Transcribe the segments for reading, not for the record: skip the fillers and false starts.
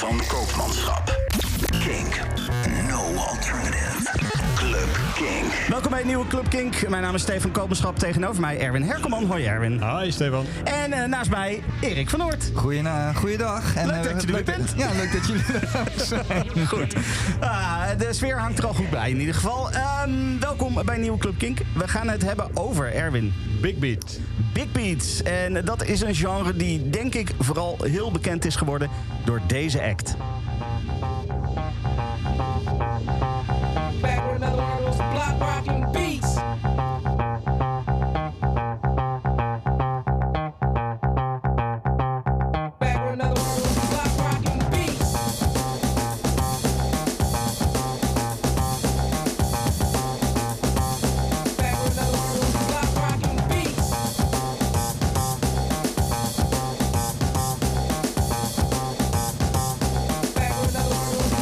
van Koopmanschap. Kink. No alternative. Club Kink. Welkom bij een nieuwe Club Kink. Mijn naam is Stefan Koopmanschap. Tegenover mij Erwin Herkelman. Hoi Erwin. Hoi Stefan. En naast mij Erik van Noort. Goeiedag. En, leuk dat je er weer bent. Ja, leuk dat jullie er zijn. Goed. De sfeer hangt er al goed bij in ieder geval. Welkom bij een nieuwe Club Kink. We gaan het hebben over, Erwin, Big Beat. Big Beats. En dat is een genre die denk ik vooral heel bekend is geworden door deze act. Back with another one of those block rocking beats. Back with another one of those block rocking beats. Back with another one of those block rocking beats. Back with another one of those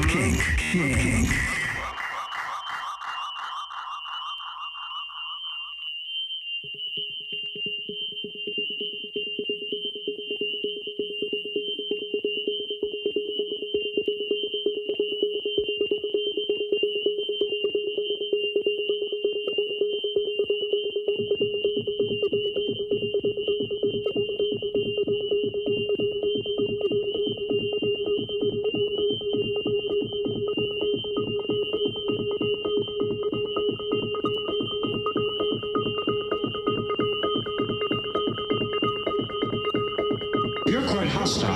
Kink. You're quite hostile.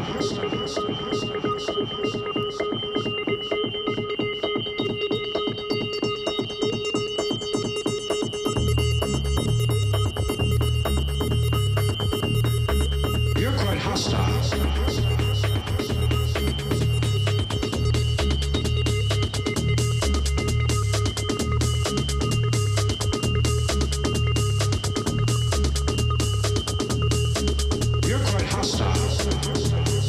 You're quite hostile. You're quite hostile.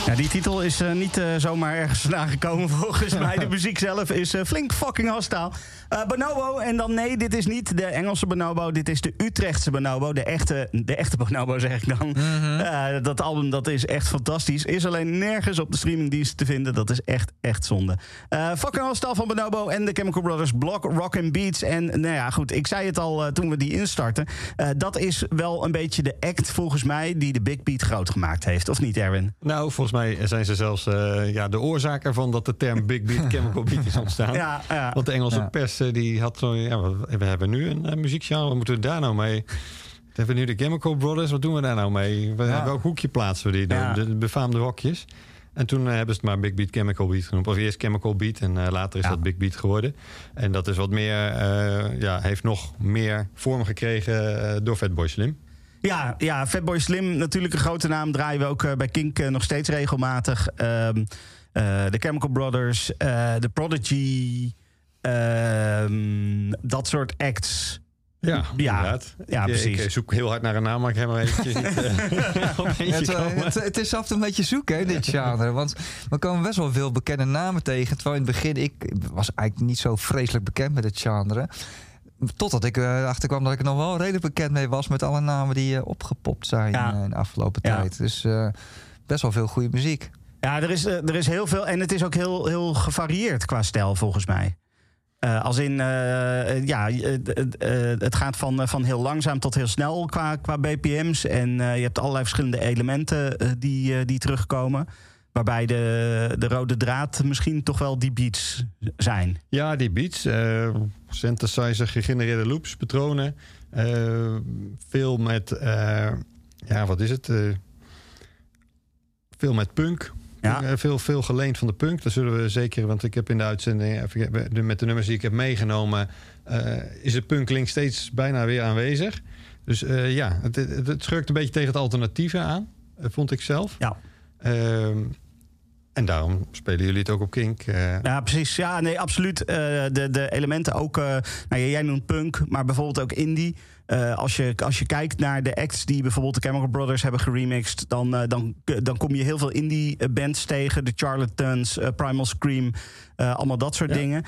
Ja, die titel is niet zomaar ergens vandaan gekomen volgens mij. De muziek zelf is flink fucking hostile. Bonobo, en dan nee, dit is niet de Engelse Bonobo. Dit is de Utrechtse Bonobo. De echte Bonobo, zeg ik dan. Dat album, dat is echt fantastisch. Is alleen nergens op de streamingdienst te vinden. Dat is echt zonde. Fucking hostile van Bonobo en de Chemical Brothers. Block, Rock and Beats. En nou ja, goed, ik zei het al toen we die instarten. Dat is wel een beetje de act, volgens mij, die de Big Beat groot gemaakt heeft. Of niet, Erwin? Nou, volgens mij zijn ze zelfs de oorzaak ervan dat de term Big Beat Chemical Beat is ontstaan. Ja. Want de Engelse pers die had zo... Ja, we hebben nu een muziekgenre, wat moeten we daar nou mee? We hebben nu de Chemical Brothers, wat doen we daar nou mee? Welk hoekje plaatsen we die? De befaamde hokjes. En toen hebben ze het maar Big Beat Chemical Beat genoemd. Of eerst Chemical Beat en later is dat Big Beat geworden. En dat is wat meer, heeft nog meer vorm gekregen door Fatboy Slim. Ja, Fatboy Slim, natuurlijk een grote naam. Draaien we ook bij Kink nog steeds regelmatig. De Chemical Brothers, The Prodigy, dat soort acts. Ja, inderdaad. Ja, precies. Ik zoek heel hard naar een naam, maar ik heb maar eventjes niet... Het is af en een beetje zoeken, hè, dit genre. Want we komen best wel veel bekende namen tegen. Terwijl in het begin, ik was eigenlijk niet zo vreselijk bekend met het genre. Totdat ik achterkwam dat ik er nog wel redelijk bekend mee was... met alle namen die opgepopt zijn in de afgelopen tijd. Dus best wel veel goede muziek. Ja, er is heel veel. En het is ook heel gevarieerd qua stijl, volgens mij. Als in, het gaat van heel langzaam tot heel snel qua BPM's. En je hebt allerlei verschillende elementen die terugkomen. Waarbij de rode draad misschien toch wel die beats zijn. Ja, die beats. Synthesizer, gegenereerde loops, patronen. Veel met, wat is het? Veel met punk. Ja. Veel geleend van de punk. Dat zullen we zeker, want ik heb in de uitzending... met de nummers die ik heb meegenomen... is de punklink steeds bijna weer aanwezig. Dus het schurkt een beetje tegen het alternatieve aan. Vond ik zelf. Ja. En daarom spelen jullie het ook op Kink. Ja, precies. Ja, nee, absoluut. De elementen ook... jij noemt punk, maar bijvoorbeeld ook indie. Als je kijkt naar de acts die bijvoorbeeld de Chemical Brothers hebben geremixed... dan kom je heel veel indie bands tegen. De Charlatans, Primal Scream, allemaal dat soort dingen.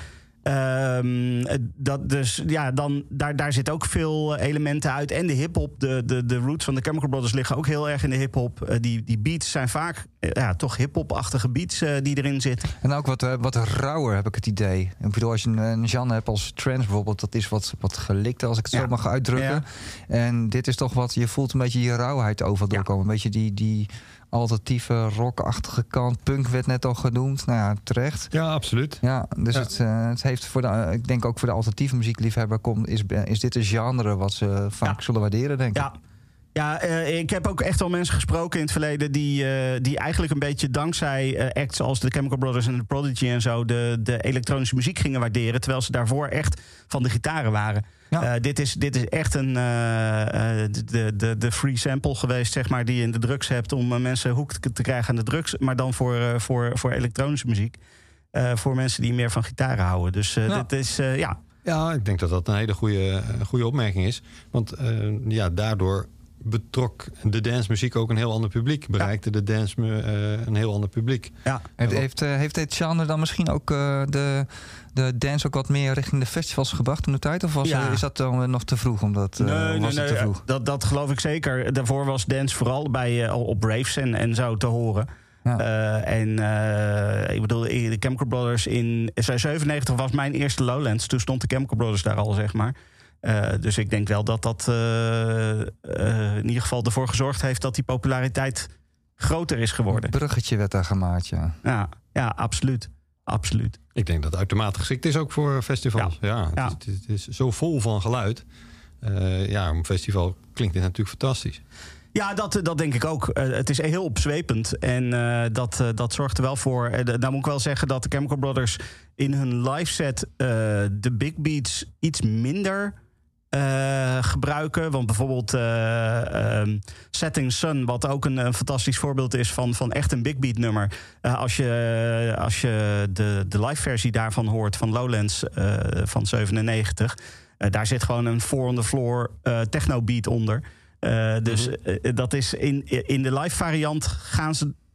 Daar zit ook veel elementen uit. En de hiphop, de roots van de Chemical Brothers liggen ook heel erg in de hiphop. Die beats zijn vaak toch hiphop-achtige beats die erin zitten. En ook wat rauwer, heb ik het idee. Ik bedoel, als je een genre hebt als trance bijvoorbeeld... dat is wat gelikter, als ik het zo mag uitdrukken. Ja. En dit is toch wat, je voelt een beetje die rauwheid over doorkomen. Een beetje die alternatieve rockachtige kant. Punk werd net al genoemd. Nou ja, terecht. Ja, absoluut. Ja, dus het heeft ik denk ook voor de alternatieve muziekliefhebber is dit een genre wat ze vaak zullen waarderen, denk ik. Ja, ik heb ook echt wel mensen gesproken in het verleden... die eigenlijk een beetje dankzij acts als de Chemical Brothers en de Prodigy en zo... de elektronische muziek gingen waarderen... terwijl ze daarvoor echt van de gitaren waren. Ja. Dit is echt de free sample geweest, zeg maar... die je in de drugs hebt om mensen hoek te krijgen aan de drugs... maar dan voor elektronische muziek. Voor mensen die meer van gitaren houden. Dus dit is, Ja, ik denk dat dat een hele goede opmerking is. Want daardoor betrok de dancemuziek ook een heel ander publiek. Bereikte de dance een heel ander publiek. Ja. Heeft dit genre dan misschien ook de dance ook wat meer richting de festivals gebracht in de tijd? Of is dat dan nog te vroeg? Te vroeg? Dat geloof ik zeker. Daarvoor was dance vooral op raves en zo te horen. Ja. Ik bedoel, de Chemical Brothers in 97 was mijn eerste Lowlands. Toen stond de Chemical Brothers daar al, zeg maar. Dus ik denk wel dat in ieder geval ervoor gezorgd heeft... dat die populariteit groter is geworden. Een bruggetje werd daar gemaakt, Ja, absoluut. Ik denk dat het uitermate geschikt is ook voor festivals. Het is zo vol van geluid. Een festival klinkt dit natuurlijk fantastisch. Ja, dat denk ik ook. Het is heel opzwepend. En dat zorgt er wel voor. Nou moet ik wel zeggen dat de Chemical Brothers in hun live set de big beats iets minder gebruiken. Want bijvoorbeeld Setting Sun, wat ook een fantastisch voorbeeld is van echt een big beat nummer. Als je de live versie daarvan hoort van Lowlands van 97, daar zit gewoon een 4 on the floor techno beat onder. Dat is in de live variant gaan ze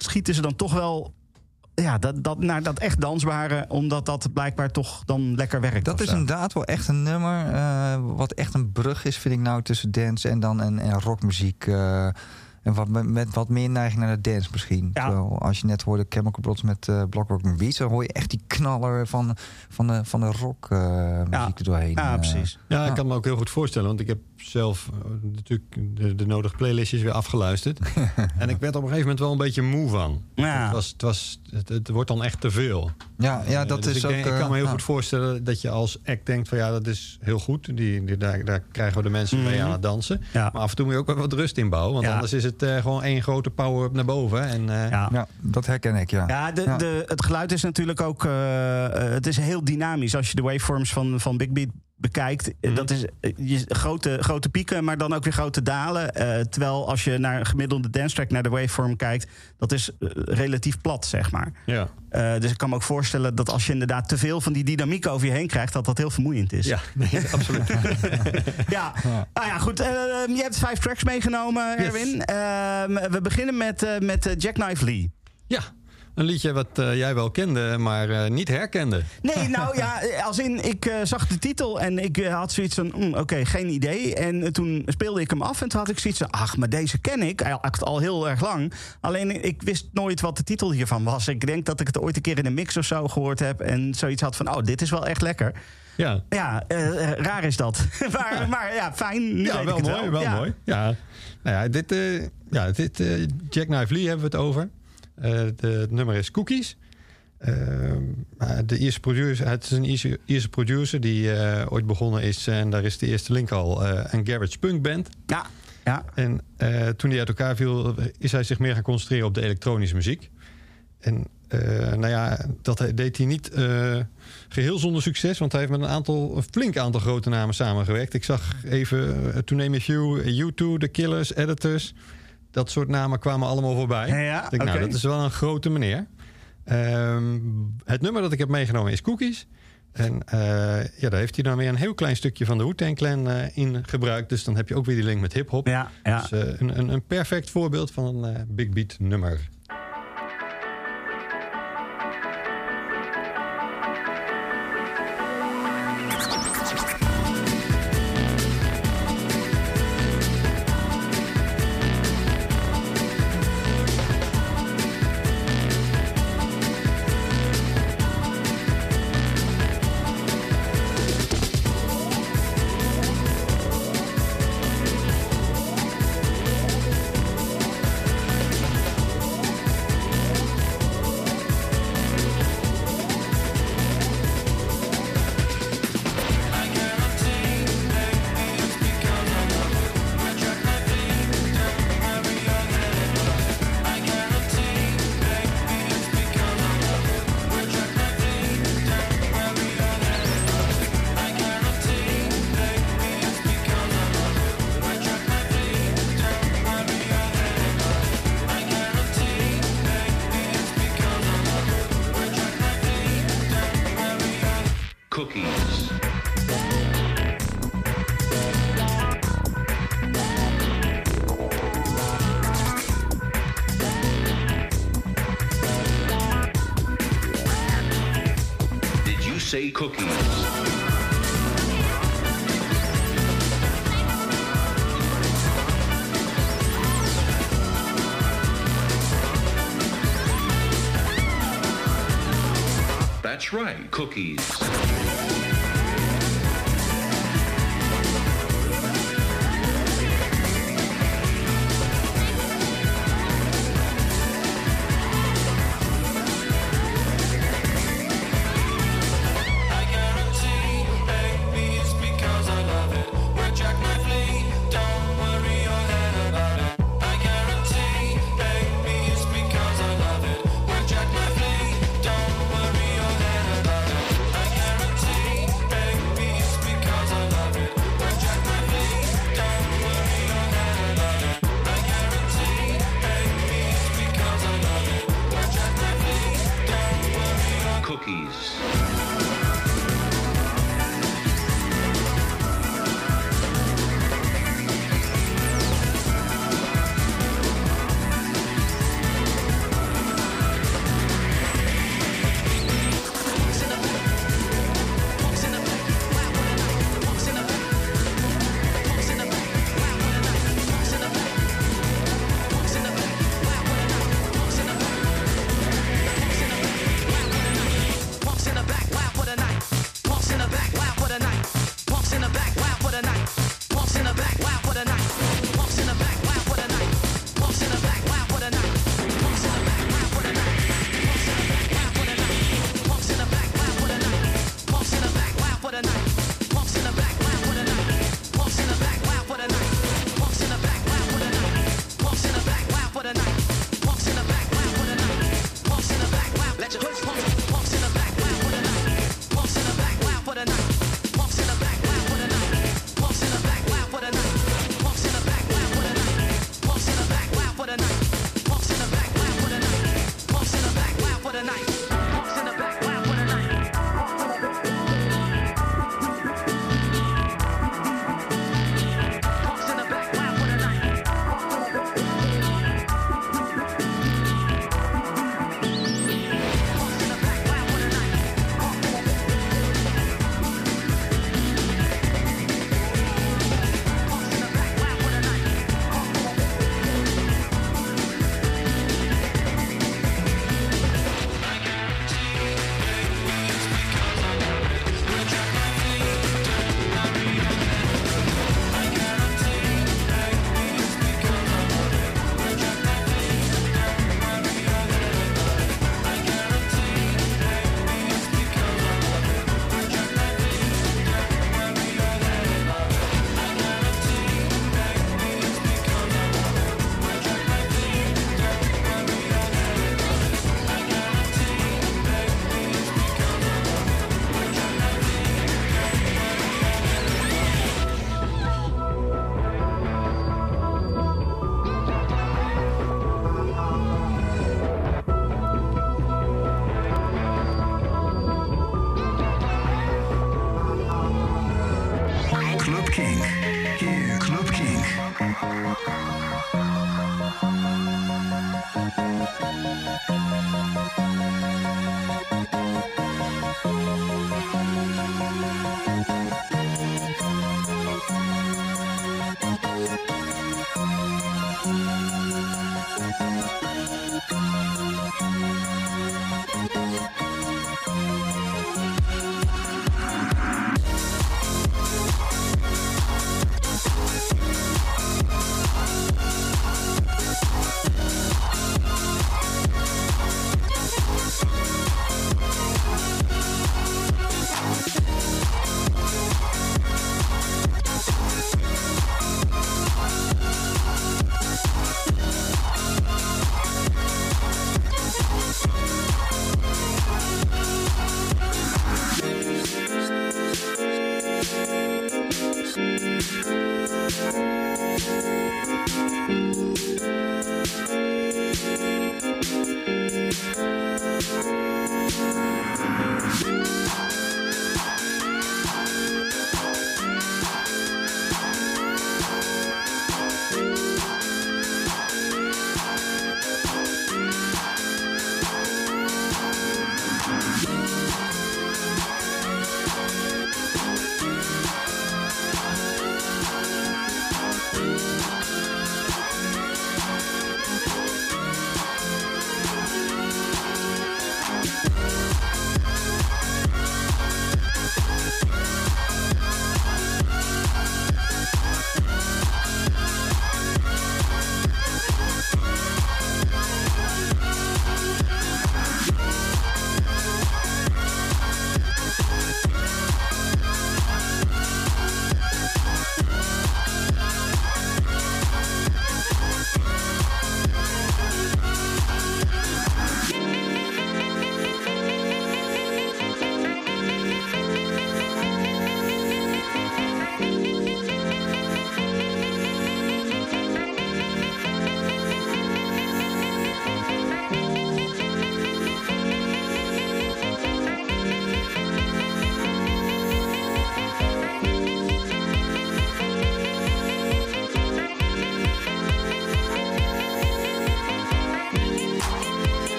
schieten ze dan toch wel... Ja, naar dat echt dansbare, omdat dat blijkbaar toch dan lekker werkt. Dat is inderdaad wel echt een nummer. Wat echt een brug is, vind ik nou, tussen dance en rockmuziek. En met wat meer neiging naar de dance misschien. Ja. Terwijl, als je net hoorde Chemical Brothers met Block Rock Beats... dan hoor je echt die knaller van de rockmuziek er doorheen. Ja, precies. Ja, ik kan me ook heel goed voorstellen. Want ik heb zelf natuurlijk de nodige playlistjes weer afgeluisterd. En ik werd op een gegeven moment wel een beetje moe van. Ja. Het wordt dan echt te veel. Ja, dat Dus is ik kan me heel ja. goed voorstellen dat je als act denkt van... ja, dat is heel goed. Daar krijgen we de mensen mee aan het dansen. Ja. Maar af en toe moet je ook wel wat rust inbouwen. Want anders is het gewoon één grote power-up naar boven. En, Ja, dat herken ik, ja. Ja, het geluid is natuurlijk ook... het is heel dynamisch. Als je de waveforms van Big Beat bekijkt... dat is grote pieken, maar dan ook weer grote dalen. Terwijl als je naar een gemiddelde dance track... naar de waveform kijkt, dat is relatief plat, zeg maar. Ja. Dus ik kan me ook voorstellen dat als je inderdaad te veel van die dynamiek over je heen krijgt... dat heel vermoeiend is. Ja, nee, absoluut. Ja. Nou ja, goed. Je hebt 5 tracks meegenomen, Erwin. We beginnen met Jackknife Lee. Ja, een liedje wat jij wel kende, maar niet herkende. Nee, nou ja, als in, ik zag de titel en ik had zoiets van, oké, geen idee. En toen speelde ik hem af en toen had ik zoiets van, ach, maar deze ken ik al heel erg lang. Alleen ik wist nooit wat de titel hiervan was. Ik denk dat ik het ooit een keer in een mix of zo gehoord heb en zoiets had van, dit is wel echt lekker. Ja, Ja, raar is dat. maar ja, fijn. Nu ja weet wel ik het mooi, wel mooi. Ja. Nou ja, dit Jackknife Lee hebben we het over. Het nummer is Cookies. De Ierse producer, het is een Ierse producer die ooit begonnen is. En daar is de eerste link al. Een garage punk band. Ja. En toen hij uit elkaar viel, is hij zich meer gaan concentreren op de elektronische muziek. En dat deed hij niet geheel zonder succes. Want hij heeft met een flink aantal grote namen samengewerkt. Ik zag even To Name a Few, U2, The Killers, Editors. Dat soort namen kwamen allemaal voorbij. Ja, Ik denk, oké. dat is wel een grote meneer. Het nummer dat ik heb meegenomen is Cookies. En daar heeft hij dan weer een heel klein stukje van de Wu-Tang Clan in gebruikt. Dus dan heb je ook weer die link met hip-hop. Ja. Dus een perfect voorbeeld van een Big Beat nummer. Cookies. Did you say cookies? That's right, cookies.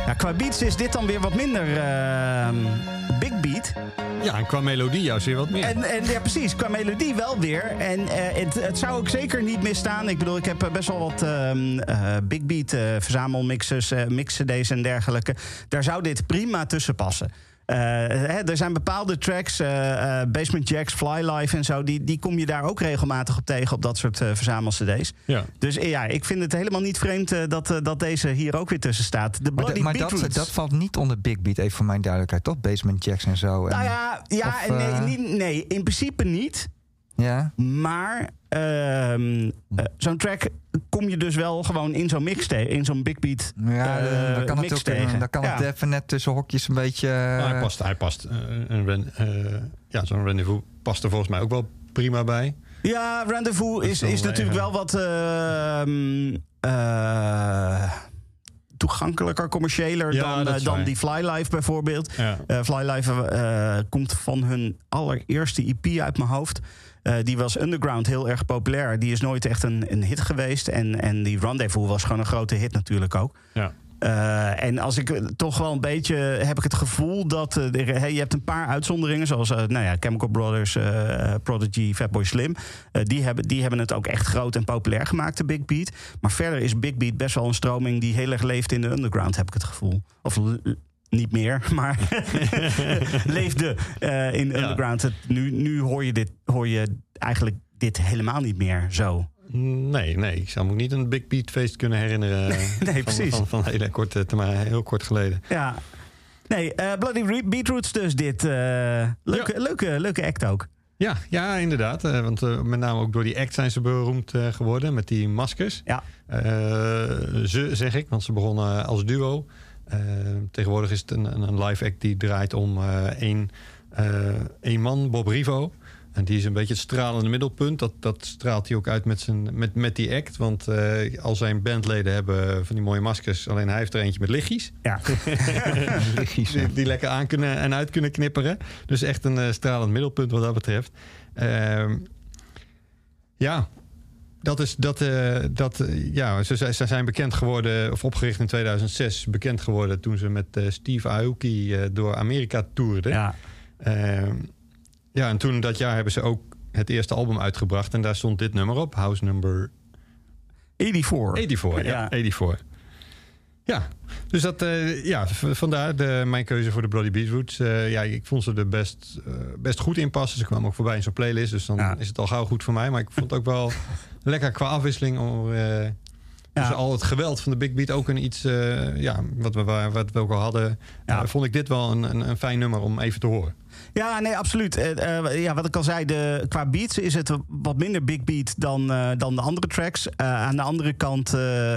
Ja, qua beats is dit dan weer wat minder big beat. Ja, en qua melodie juist weer wat meer. En ja, precies. Qua melodie wel weer. En het zou ook zeker niet misstaan. Ik bedoel, ik heb best wel wat big beat verzamelmixes, mix-cd's en dergelijke. Daar zou dit prima tussen passen. Er zijn bepaalde tracks, Basement Jaxx, Fly Life en zo... die kom je daar ook regelmatig op tegen op dat soort verzamel-cd's. Ja. Dus ja, ik vind het helemaal niet vreemd dat deze hier ook weer tussen staat. De Bloody Beetroots. Dat valt niet onder Big Beat, even voor mijn duidelijkheid, toch? Basement Jaxx en zo. Nou nee, in principe niet. Ja. Maar zo'n track kom je dus wel gewoon in zo'n mix tegen, in zo'n big beat mix tegen. Dan kan het even net tussen hokjes een beetje... Hij past. Zo'n Rendezvous past er volgens mij ook wel prima bij. Ja, Rendezvous is natuurlijk wel wat toegankelijker, commerciëler dan die Fly Life bijvoorbeeld. Ja. Fly Life komt van hun allereerste EP uit mijn hoofd. Die was underground heel erg populair. Die is nooit echt een hit geweest. En die Rendezvous was gewoon een grote hit natuurlijk ook. Ja. En als ik toch wel een beetje heb ik het gevoel dat je hebt een paar uitzonderingen zoals Chemical Brothers, Prodigy, Fatboy Slim. Die hebben het ook echt groot en populair gemaakt, de Big Beat. Maar verder is Big Beat best wel een stroming die heel erg leeft in de underground, heb ik het gevoel. Of niet meer, maar leefde in underground. Nu hoor je eigenlijk dit helemaal niet meer zo. Nee, ik zou me ook niet een Big Beat feest kunnen herinneren. Nee, precies. Van heel kort geleden. Ja. Nee, Bloody Beetroots dus dit. Leuke act ook. Ja, inderdaad. Want met name ook door die act zijn ze beroemd geworden met die maskers. Ja. Zeg ik, want ze begonnen als duo. Tegenwoordig is het een live act die draait om één man, Bob Rivo. En die is een beetje het stralende middelpunt. Dat straalt hij ook uit met die act. Want al zijn bandleden hebben van die mooie maskers. Alleen hij heeft er eentje met lichtjes. Ja. Lichtjes. Die lekker aan kunnen en uit kunnen knipperen. Dus echt een stralend middelpunt wat dat betreft. Ze zijn bekend geworden, of opgericht in 2006, bekend geworden toen ze met Steve Aoki door Amerika toerden. Ja. En toen dat jaar hebben ze ook het eerste album uitgebracht en daar stond dit nummer op, House Number 84. 84. Ja, dus dat, vandaar mijn keuze voor de Bloody Beetroots. Ik vond ze er best goed in passen. Ze kwamen ook voorbij in zo'n playlist, dus dan is het al gauw goed voor mij. Maar ik vond het ook wel lekker qua afwisseling. Dus al het geweld van de Big Beat ook een iets, wat we ook al hadden. Vond ik dit wel een fijn nummer om even te horen. Ja, nee, absoluut. Wat ik al zei, qua beats is het wat minder big beat dan de andere tracks. Aan de andere kant,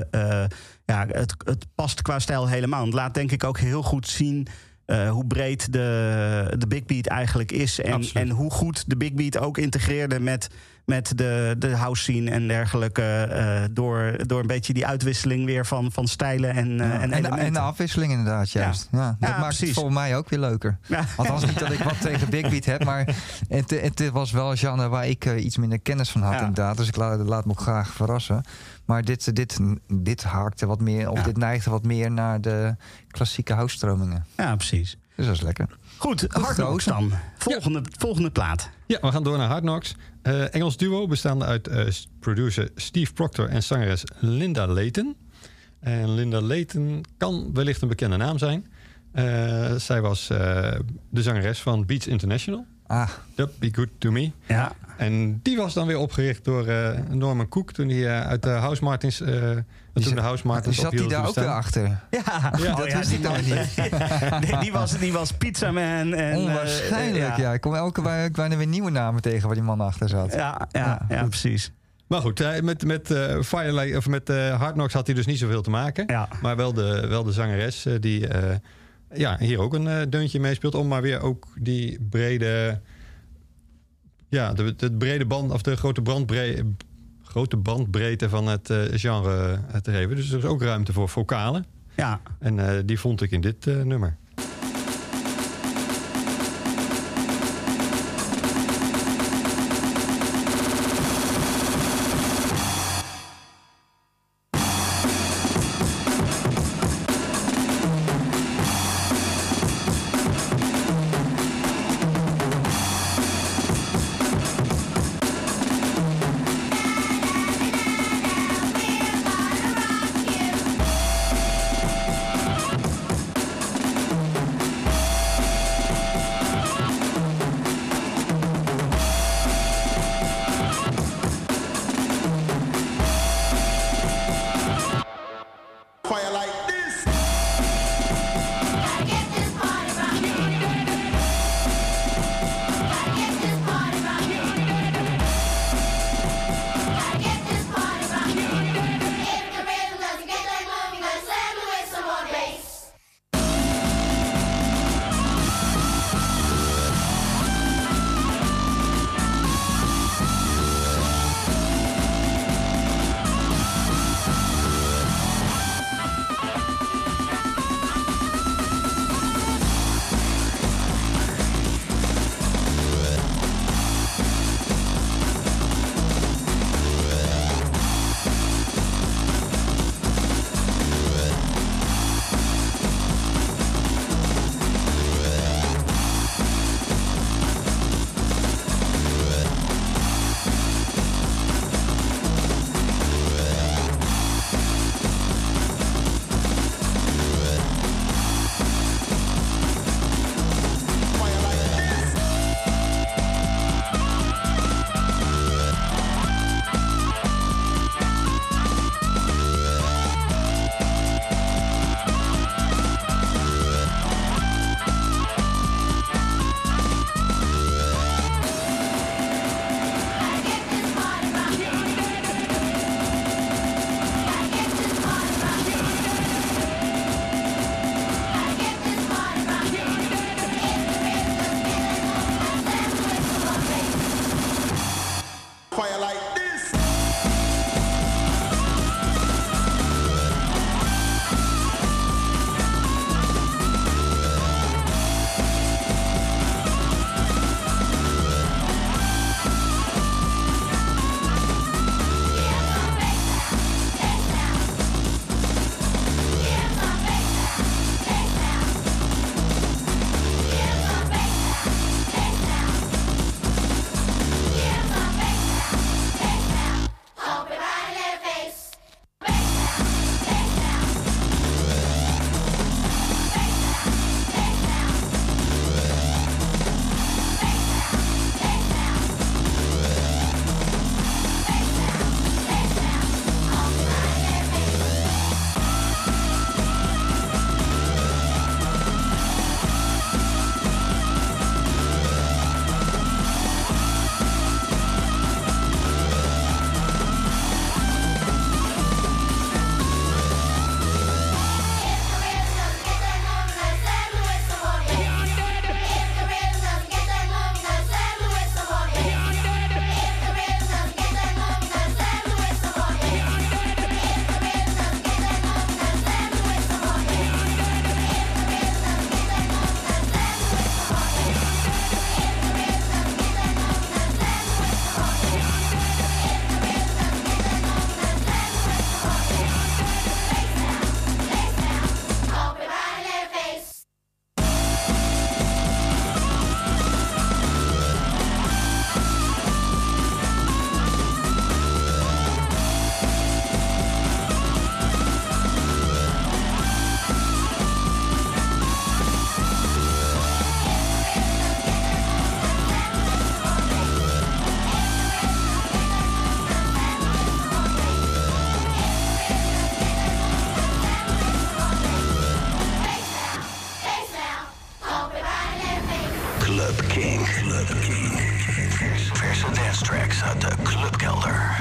het past qua stijl helemaal. Het laat denk ik ook heel goed zien hoe breed de big beat eigenlijk is. En hoe goed de big beat ook integreerde met de house scene en dergelijke. Door een beetje die uitwisseling weer van stijlen en elementen. En de afwisseling inderdaad, juist. Ja, dat maakt het voor mij ook weer leuker. Ja. Althans niet dat ik wat tegen big beat heb, maar het was wel een genre waar ik iets minder kennis van had inderdaad. Dus ik laat me ook graag verrassen. Maar dit haakte wat meer, of dit neigde wat meer naar de klassieke house-stromingen. Ja, precies. Dus dat is lekker. Goed, Hard Knocks dan. Volgende plaat. Ja, we gaan door naar Hard Knocks. Engels duo bestaande uit producer Steve Proctor en zangeres Linda Layton. En Linda Layton kan wellicht een bekende naam zijn. Zij was de zangeres van Beats International. Be Good To Me. Ja. En die was dan weer opgericht door Norman Cook toen hij uit de House Martins... toen de House Martins zat hij daar ook weer achter? Ja, dat wist ik nog niet. Die was Pizza Man. En, onwaarschijnlijk, ja. Ik kom elke bijna weer nieuwe namen tegen waar die man achter zat. Ja, precies. Maar goed, met Firelight of met Hard Knocks had hij dus niet zoveel te maken. Ja. Maar wel de zangeres die hier ook een deuntje meespeelt. Om maar weer ook die brede... Ja, de brede band of de grote bandbreedte van het genre te geven. Dus er is ook ruimte voor vocalen. Ja. En die vond ik in dit nummer. Club Key. Verse dance tracks uit de Clubkelder.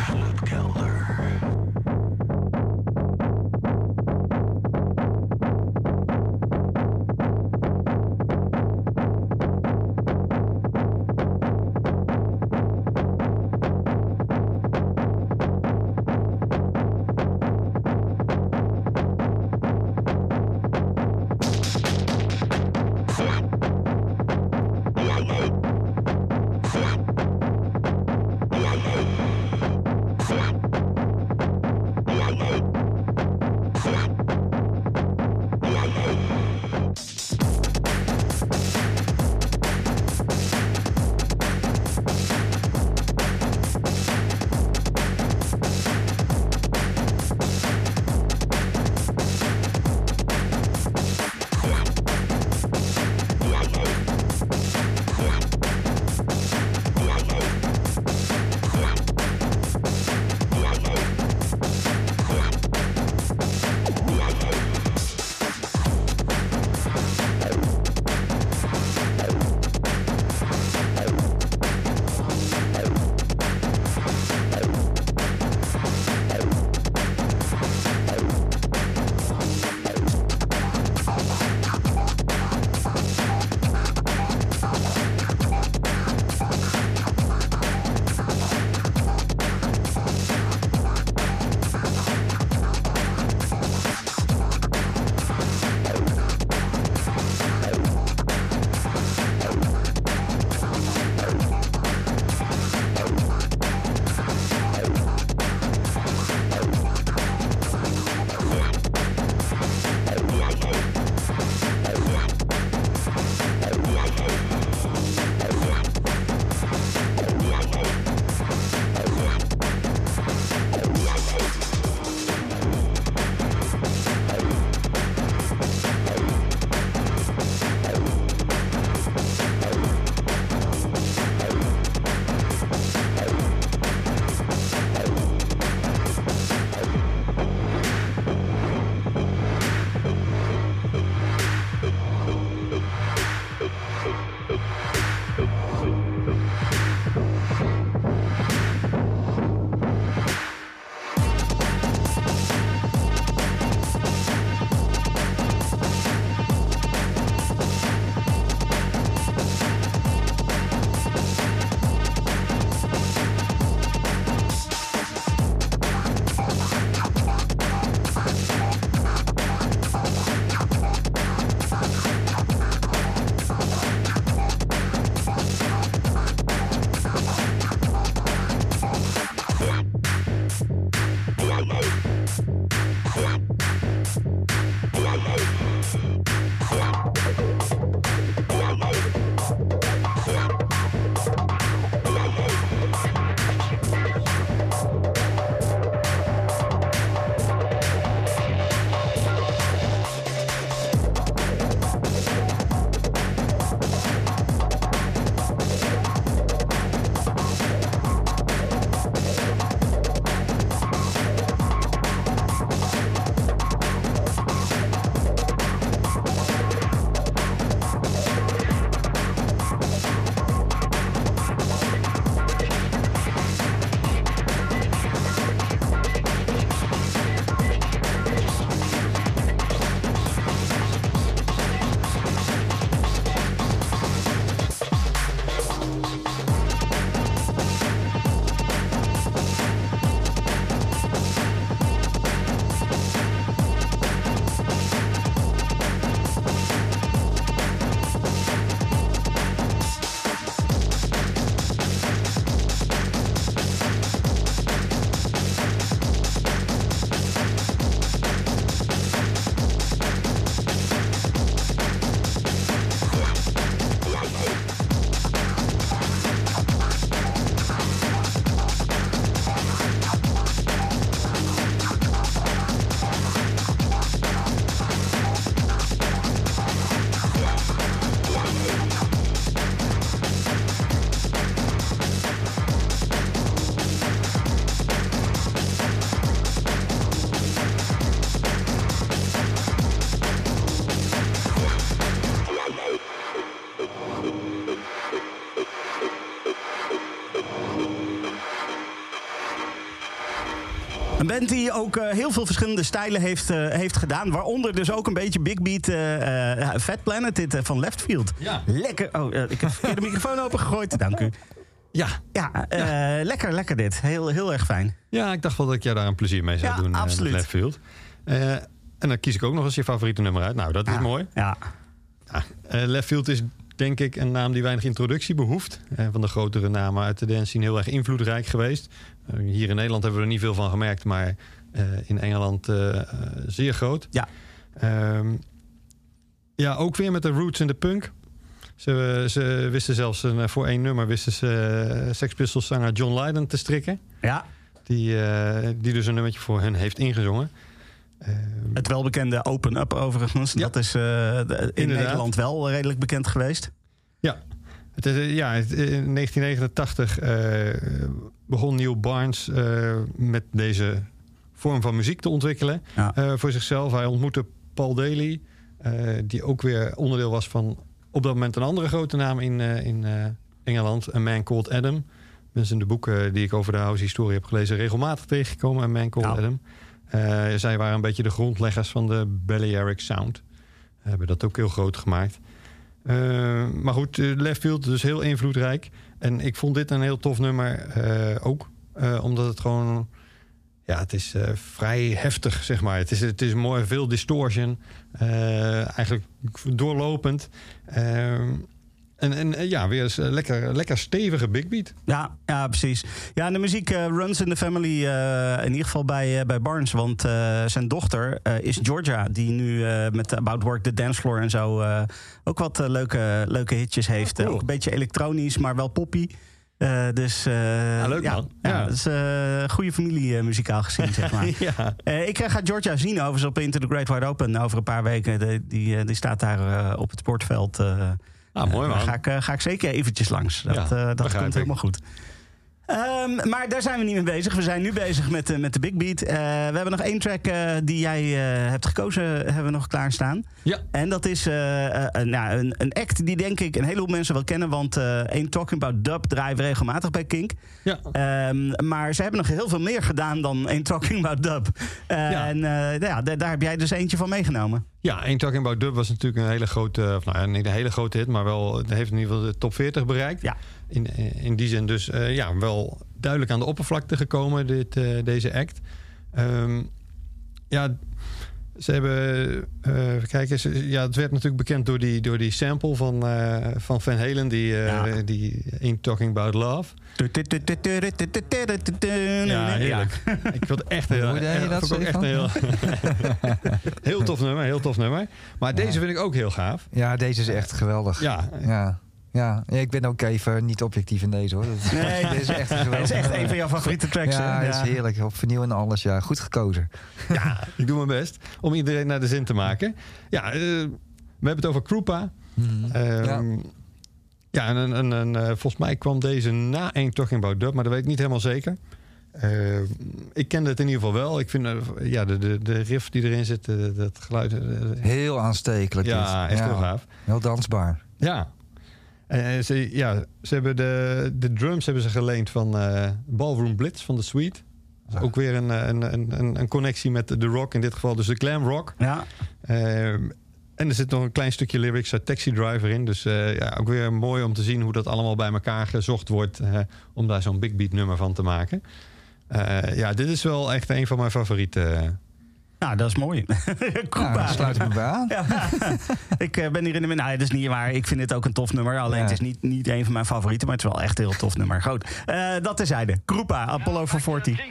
band die ook heel veel verschillende stijlen heeft gedaan. Waaronder dus ook een beetje big beat Fat Planet, dit van Left Field. Ja. Lekker. Oh, ik heb de microfoon opengegooid. Dank u. Ja. Lekker dit. Heel erg fijn. Ja, ik dacht wel dat ik jou daar een plezier mee zou doen. Absoluut. Left Field. En dan kies ik ook nog eens je favoriete nummer uit. Nou, dat is mooi. Ja. Left Field is denk ik een naam die weinig introductie behoeft. Van de grotere namen uit de dance scene heel erg invloedrijk geweest. Hier in Nederland hebben we er niet veel van gemerkt, maar in Engeland zeer groot. Ja. Ook weer met de roots in de punk. Ze wisten zelfs voor 1 nummer Sex Pistols zanger John Lydon te strikken. Ja. Die dus een nummertje voor hen heeft ingezongen. Het welbekende Open Up overigens. Ja. Dat is in Nederland wel redelijk bekend geweest. Ja. In 1989 begon Neil Barnes met deze vorm van muziek te ontwikkelen. Voor zichzelf. Hij ontmoette Paul Daly. Die ook weer onderdeel was van op dat moment een andere grote naam in Engeland. A Man Called Adam. Mensen in de boeken die ik over de house-historie heb gelezen regelmatig tegengekomen. A Man Called Adam. Zij waren een beetje de grondleggers van de Balearic Sound. Hebben dat ook heel groot gemaakt. Maar goed, Left Field dus heel invloedrijk. En ik vond dit een heel tof nummer ook. Omdat het gewoon... Ja, het is vrij heftig, zeg maar. Het is mooi, veel distortion. Eigenlijk doorlopend. Weer eens lekker stevige big beat. Ja, precies. Ja, de muziek runs in the family, in ieder geval bij Barnes. Want zijn dochter is Georgia, die nu met About Work, The Dance Floor en zo ook wat leuke hitjes heeft. Cool. Ook een beetje elektronisch, maar wel poppy. Leuk man. Ja, dat is goede familie muzikaal gezien, zeg maar. Ik ga Georgia zien overigens op Into the Great Wide Open over een paar weken. Die staat daar op het sportveld. Mooi man. Ga ik zeker eventjes langs. Dat komt helemaal goed. Maar daar zijn we niet mee bezig. We zijn nu bezig met de big beat. We hebben nog 1 track die jij hebt gekozen, hebben we nog klaarstaan. Ja. En dat is een act die denk ik een heleboel mensen wel kennen. Want Ain't Talking About Dub draaien we regelmatig bij Kink. Ja. Maar ze hebben nog heel veel meer gedaan dan Ain't Talking About Dub. En daar heb jij dus eentje van meegenomen. Ja, Ain't Talking About Dub was natuurlijk een hele grote... niet een hele grote hit, maar wel... Het heeft in ieder geval de top 40 bereikt. Ja. In die zin dus wel duidelijk aan de oppervlakte gekomen, deze act. Ze hebben... even kijken. Het werd natuurlijk bekend door die sample van Van Halen. Die Ain't Talking About Love. Ja, heerlijk. Ik vond het echt heel tof nummer, heel tof nummer. Maar deze vind ik ook heel gaaf. Ja, deze is echt geweldig. Ja, ik ben ook even niet objectief in deze hoor. Dit is echt geweldig. Het is echt een van jouw favoriete tracks. Ja, het is heerlijk. Op vinyl en alles. Ja, goed gekozen. Ja, ik doe mijn best om iedereen naar de zin te maken. Ja, we hebben het over Krupa. Volgens mij kwam deze na Ain't Talking About Dub, maar dat weet ik niet helemaal zeker. Ik kende het in ieder geval wel. Ik vind de riff die erin zit, dat geluid... heel aanstekelijk. Ja, echt heel gaaf. Heel dansbaar. Ja. Ze hebben de drums hebben ze geleend van Ballroom Blitz van The Sweet. Dus ook weer een connectie met de rock, in dit geval dus de glam rock. Ja. En er zit nog een klein stukje lyrics uit Taxi Driver in. Dus ook weer mooi om te zien hoe dat allemaal bij elkaar gezocht wordt... om daar zo'n big beat nummer van te maken. Dit is wel echt een van mijn favorieten. Nou, dat is mooi. Daar sluit ik me bij aan. Ik ben hier in de... Nou, dat is niet waar. Ik vind het ook een tof nummer. Alleen het is niet een van mijn favorieten, maar het is wel echt een heel tof nummer. Goed, dat terzijde. Krupa, Apollo 440.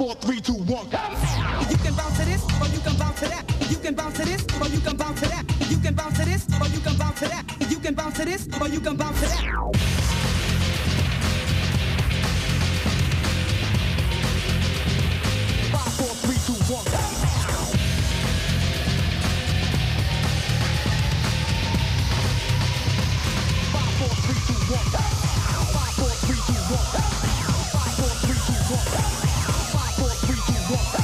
4, 3, 2, 1. You can bounce to this, or you can bounce to that. You can bounce to this, or you can bounce to that. You can bounce to this, or you can bounce to that. You can bounce to this, or you can bounce to that. 5, 4, 3, 2, 1. 5, 4, 3, 2, 1. 5, 4, 3, 2, 1. 5, 4, 3, 2, 1. 5, 4, 3, 2, 1.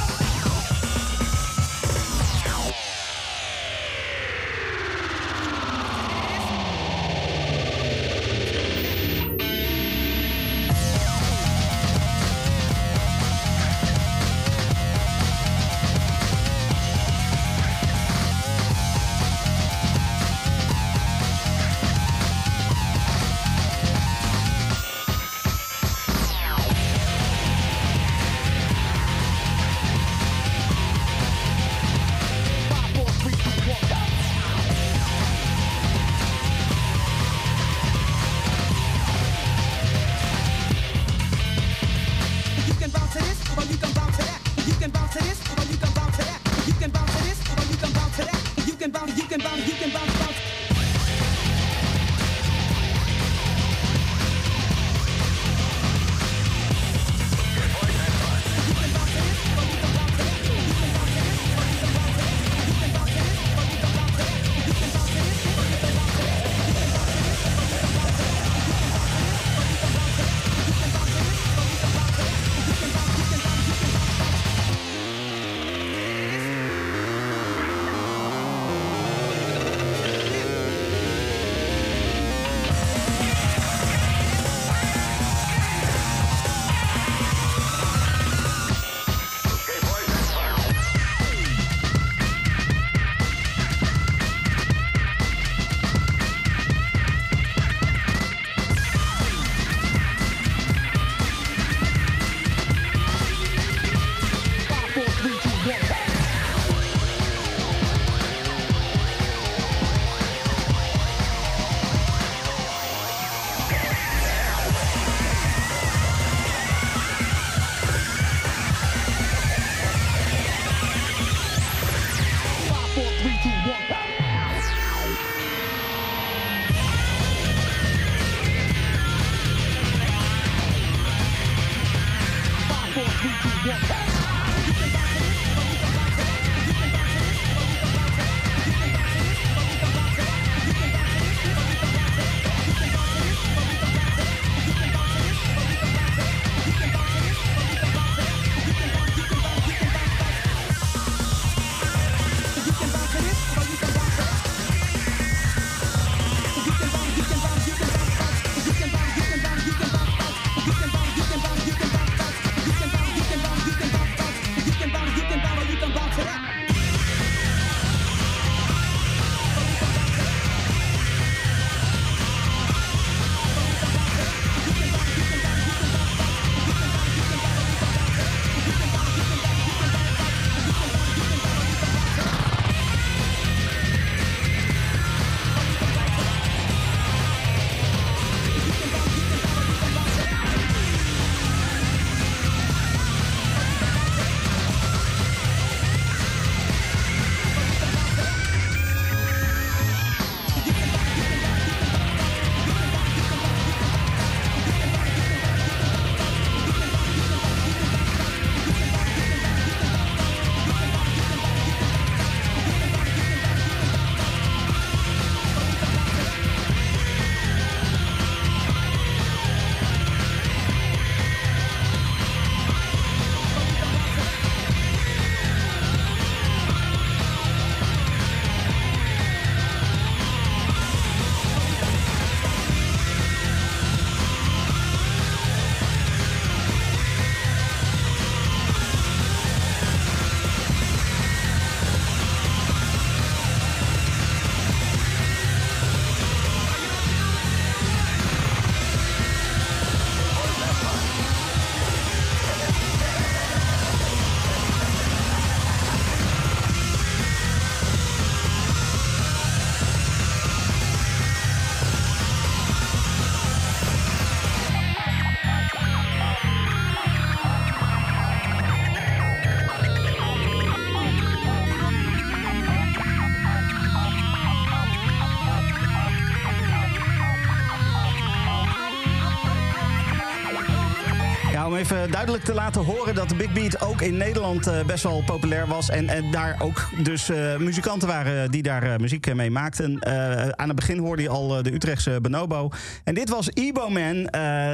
om even duidelijk te laten horen dat de Big Beat ook in Nederland best wel populair was. En daar ook dus muzikanten waren die daar muziek mee maakten. Aan het begin hoorde je al de Utrechtse Bonobo. En dit was Iboman.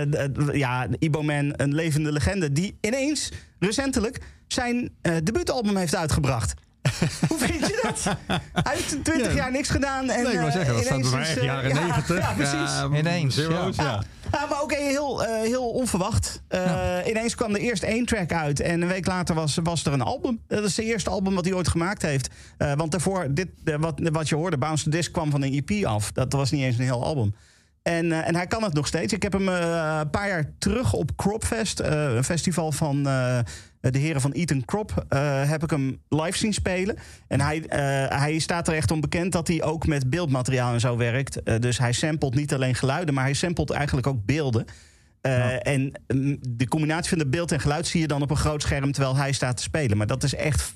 Iboman, een levende legende die ineens, recentelijk, zijn debuutalbum heeft uitgebracht. Hoe vind je dat? Hij heeft 20 jaar niks gedaan. En, nee, ik wou zeggen, dat staat bij mij echt jaren 90. Ja, precies. Ineens. Zero's, ja. Maar ook heel onverwacht. Ineens kwam er eerst 1 track uit. En een week later was er een album. Dat is het eerste album wat hij ooit gemaakt heeft. Want daarvoor, wat je hoorde, Bounce the Disc kwam van een EP af. Dat was niet eens een heel album. En hij kan het nog steeds. Ik heb hem een paar jaar terug op Cropfest, een festival van de heren van Eton Crop, heb ik hem live zien spelen. En hij staat er echt om bekend dat hij ook met beeldmateriaal en zo werkt. Dus hij samplet niet alleen geluiden, maar hij samplet eigenlijk ook beelden. En de combinatie van de beeld en geluid zie je dan op een groot scherm terwijl hij staat te spelen. Maar dat is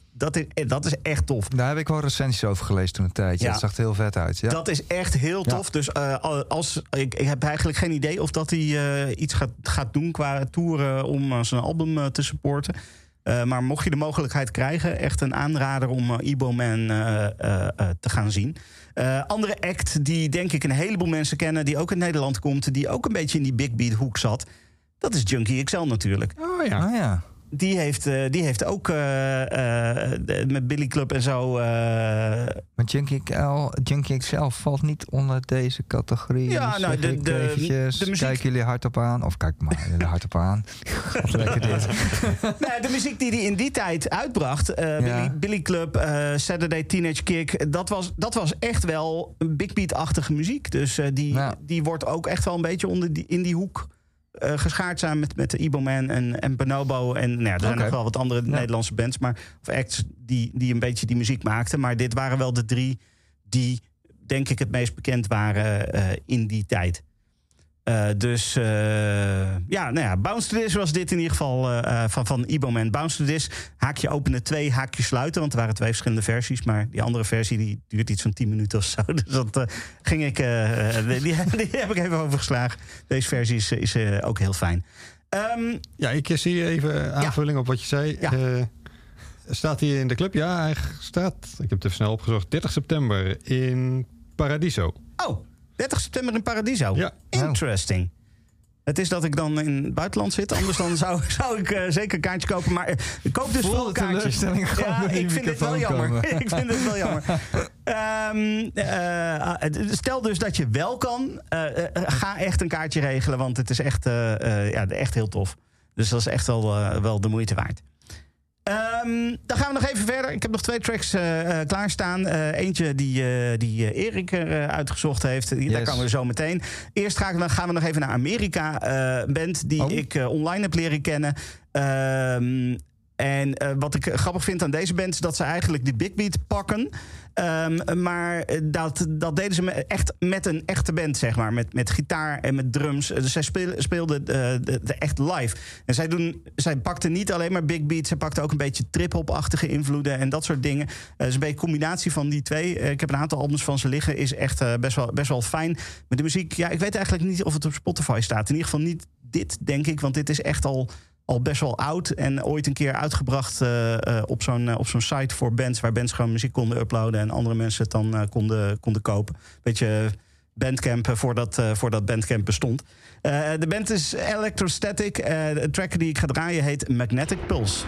echt tof. Daar heb ik wel recensies over gelezen toen een tijdje. Het zag er heel vet uit. Ja. Dat is echt heel tof. Dus ik heb eigenlijk geen idee of dat hij iets gaat doen qua toeren om zijn album te supporten. Maar mocht je de mogelijkheid krijgen, echt een aanrader om Iboman te gaan zien. Andere act die denk ik een heleboel mensen kennen, die ook in Nederland komt, die ook een beetje in die big beat hoek zat, dat is Junkie XL natuurlijk. Oh ja. Die heeft ook met Billy Club en zo. Maar Junkie XL valt niet onder deze categorie. Ja, nou, de muziek. Kijk jullie hardop aan. Of kijk maar jullie hardop aan. Lekker dit. De muziek die hij in die tijd uitbracht. Billy Club, Saturday Teenage Kick. Dat was echt wel een big beat-achtige muziek. Dus die wordt ook echt wel een beetje in die hoek geschaard zijn met de Iboman en Bonobo. En er zijn nog wel wat andere Nederlandse bands, of acts die een beetje die muziek maakten. Maar dit waren wel de 3 die, denk ik, het meest bekend waren in die tijd. Bounce to This was dit in ieder geval van Iboman. Bounce to This, haakje openen 2, haakje sluiten. Want er waren 2 verschillende versies. Maar die andere versie die duurt iets van 10 minuten of zo. Dus dat die heb ik even overgeslagen. Deze versie is ook heel fijn. Ik zie even aanvulling op wat je zei. Ja. Staat hij in de club? Ja, hij staat, ik heb het even snel opgezocht, 30 september in Paradiso. Oh, 30 september in Paradiso. Ja. Interesting. Het is dat ik dan in het buitenland zit. Anders dan zou ik zeker een kaartje kopen. Maar ik koop dus wel een kaartje. Ja, ik vind het wel jammer. Stel dus dat je wel kan. Ga echt een kaartje regelen. Want het is echt heel tof. Dus dat is echt wel de moeite waard. Dan gaan we nog even verder. Ik heb nog 2 tracks klaarstaan. Eentje die Erik uitgezocht heeft. Daar komen we zo meteen. Eerst gaan we nog even naar Amerika. Een band die ik online heb leren kennen. En wat ik grappig vind aan deze band is dat ze eigenlijk de big beat pakken. Maar dat deden ze echt met een echte band, zeg maar. Met gitaar en met drums. Dus zij speelden echt live. En zij pakten niet alleen maar big beat. Zij pakten ook een beetje trip-hop-achtige invloeden en dat soort dingen. Het is een beetje een combinatie van die 2. Ik heb een aantal albums van ze liggen. Is echt best wel fijn. Met de muziek, ik weet eigenlijk niet of het op Spotify staat. In ieder geval niet dit, denk ik. Want dit is echt al best wel oud en ooit een keer uitgebracht op zo'n site voor bands, waar bands gewoon muziek konden uploaden en andere mensen het dan konden kopen. Beetje Bandcamp voordat Bandcamp bestond. De band is Electrostatic. De track die ik ga draaien heet Magnetic Pulse.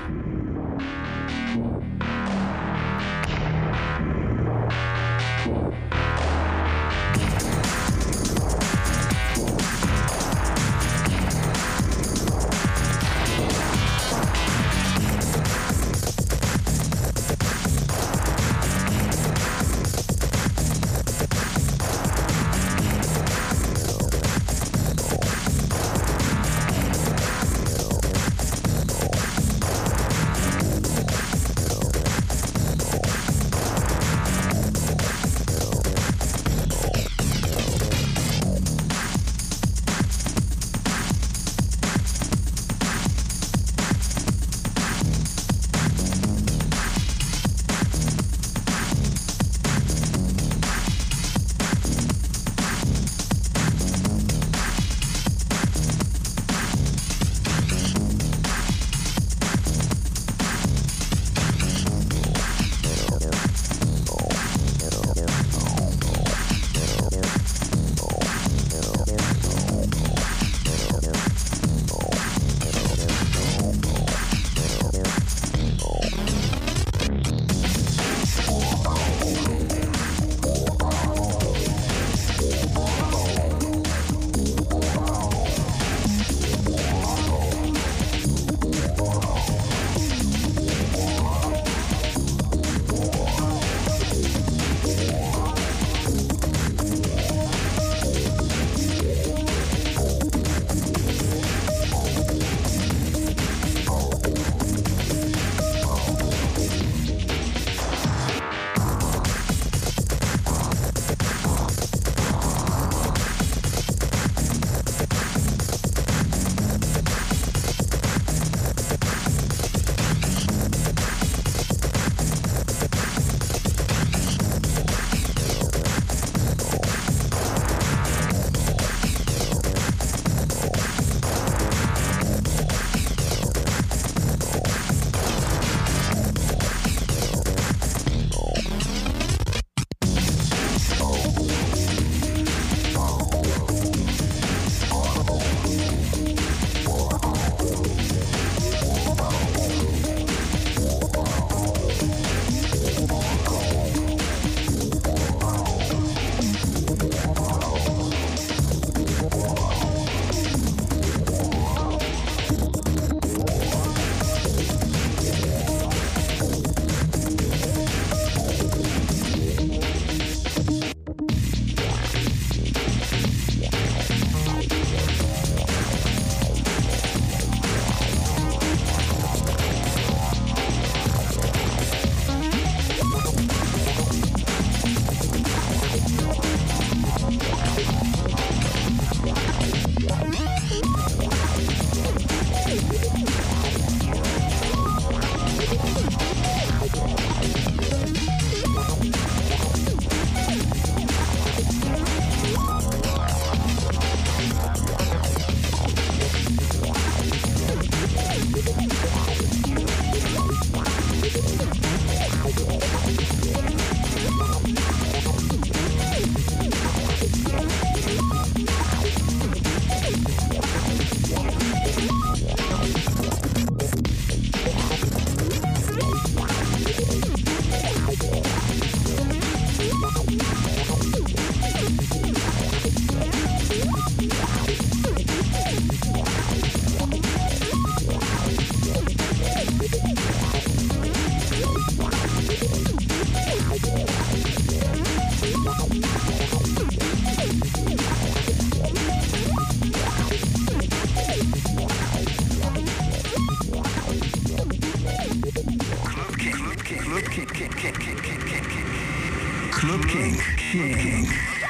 Club King.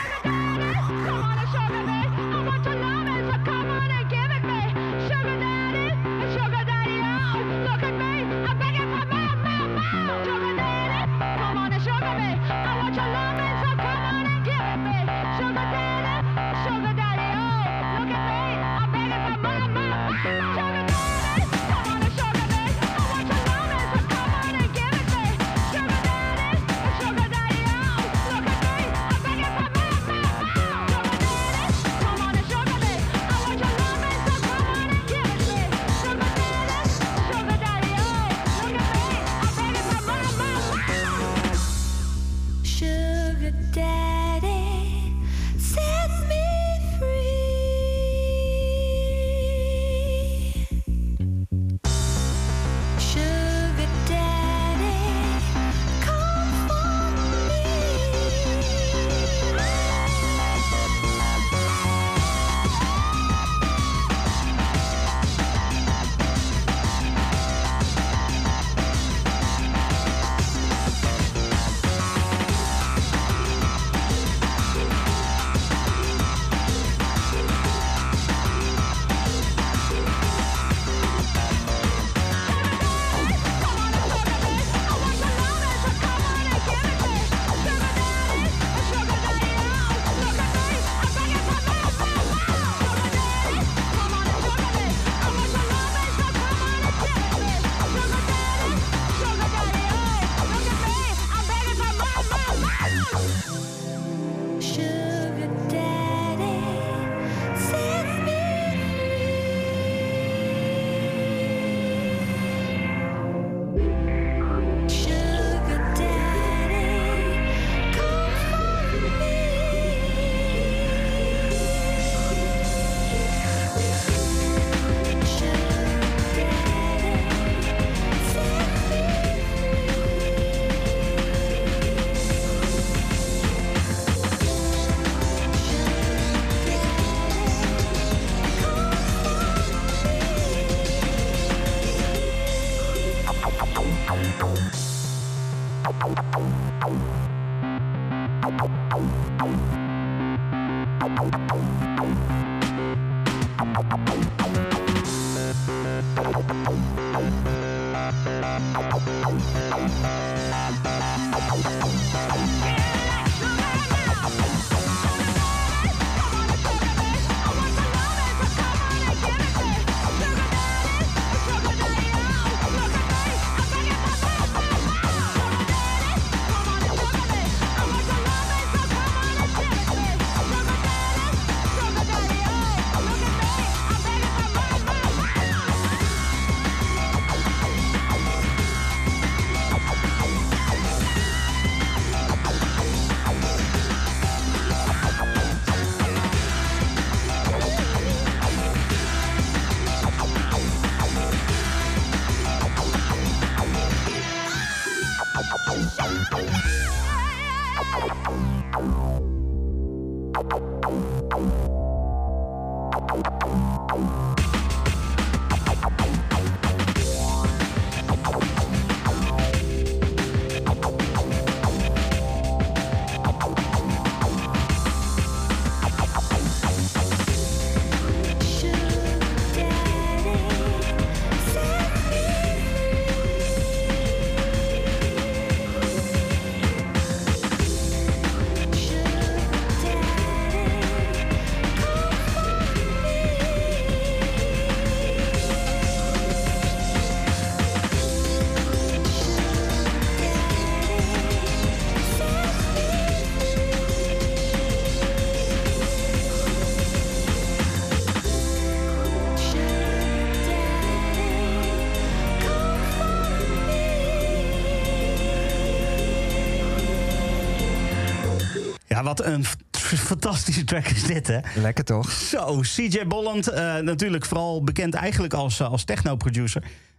Ja, wat een fantastische track is dit, hè? Lekker toch? Zo, CJ Bolland, natuurlijk vooral bekend eigenlijk als techno-producer.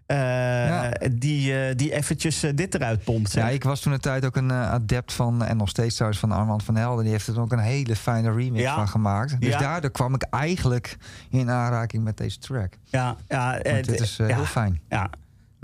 Die eventjes dit eruit pompt. Ja, ik was toen een tijd ook een adept van, en nog steeds trouwens, van Armand van Helden. Die heeft er ook een hele fijne remix van gemaakt. Dus daardoor kwam ik eigenlijk in aanraking met deze track. Ja, dit is heel fijn. Ja.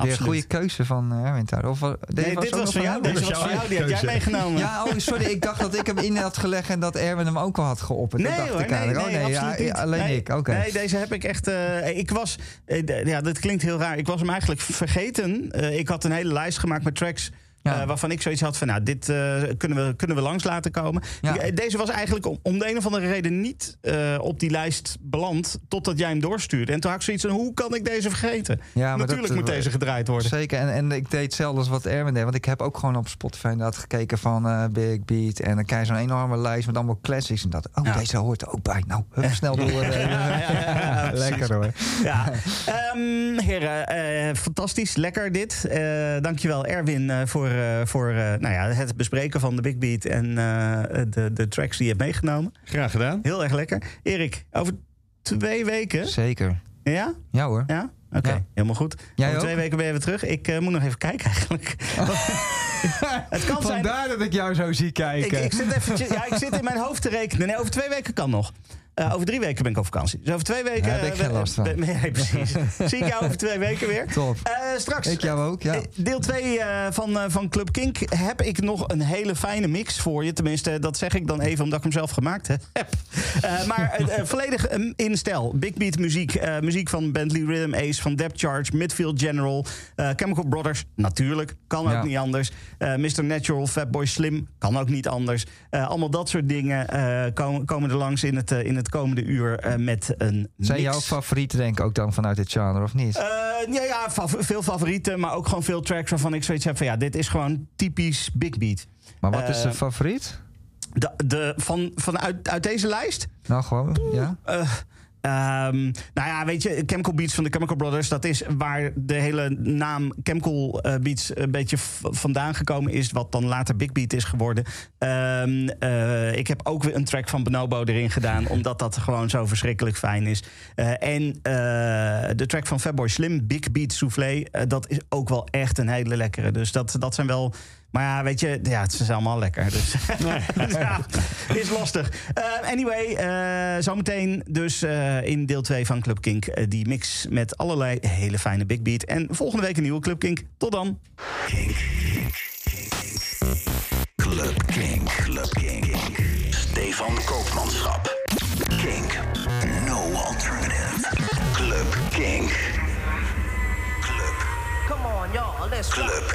absoluut. een goede keuze van Erwin daar. Of, Nee, dit was van jou. Deze was van jou. Die had jij meegenomen. Ja, sorry. Ik dacht dat ik hem in had gelegd en dat Erwin hem ook al had geopperd. Nee dat dacht hoor, ik eigenlijk. absoluut niet. Alleen ik. Oké. Nee, deze heb ik echt... dit klinkt heel raar. Ik was hem eigenlijk vergeten. Ik had een hele lijst gemaakt met tracks... waarvan ik zoiets had van, nou, dit kunnen we langs laten komen. Ja. Deze was eigenlijk om de een of andere reden niet op die lijst beland... totdat jij hem doorstuurde. En toen had ik zoiets van, hoe kan ik deze vergeten? Ja, maar natuurlijk moet deze gedraaid worden. Zeker, en ik deed hetzelfde als wat Erwin deed. Want ik heb ook gewoon op Spotify inderdaad gekeken van Big Beat. En dan krijg je zo'n enorme lijst met allemaal classics. En dat, deze hoort er ook bij. Nou, snel door. Lekker hoor. Ja. Heren, fantastisch. Lekker dit. Dankjewel Erwin voor het bespreken van de Big Beat en de tracks die je hebt meegenomen. Graag gedaan. Heel erg lekker. Erik, over 2 weken... Zeker. Ja? Ja hoor. Ja? Oké, Ja. helemaal goed. Jij over ook? 2 weken ben je weer terug. Ik moet nog even kijken eigenlijk. Het kan zijn... Vandaar dat ik jou zo zie kijken. Ik zit eventjes, ik zit in mijn hoofd te rekenen. Nee, over 2 weken kan nog. Over 3 weken ben ik op vakantie. Dus over 2 weken... Daar heb ik geen last van. Nee, precies. Zie ik jou over 2 weken weer. Top. Straks... Ik jou ook, ja. Deel 2 van Club Kink heb ik nog een hele fijne mix voor je. Tenminste, dat zeg ik dan even omdat ik hem zelf gemaakt heb. Maar volledig in stijl. Big Beat muziek. Muziek van Bentley Rhythm Ace, van Depth Charge, Midfield General, Chemical Brothers. Natuurlijk, kan ook niet anders. Mr. Natural, Fatboy Slim, kan ook niet anders. Allemaal dat soort dingen komen er langs in het komende uur met een mix. Zijn jouw favorieten denk ik ook dan vanuit dit genre, of niet? Veel favorieten, maar ook gewoon veel tracks waarvan ik zoiets heb van... ja, dit is gewoon typisch Big Beat. Maar wat is de favoriet? Uit deze lijst? Nou, gewoon, ja. Weet je, Chemical Beats van de Chemical Brothers... dat is waar de hele naam Chemical Beats een beetje vandaan gekomen is... wat dan later Big Beat is geworden. Ik heb ook weer een track van Bonobo erin gedaan... omdat dat gewoon zo verschrikkelijk fijn is. En de track van Fatboy Slim, Big Beat Soufflé... dat is ook wel echt een hele lekkere. Dus dat zijn wel... Maar ja, weet je, het is allemaal lekker. Dus is lastig. Anyway, zometeen dus in deel 2 van Club Kink... die mix met allerlei hele fijne Big Beat. En volgende week een nieuwe Club Kink. Tot dan. Club Kink. Club Kink. Stefan Koopmanschap. Kink. No alternative. Club Kink. Club. Come on, y'all, let's Club.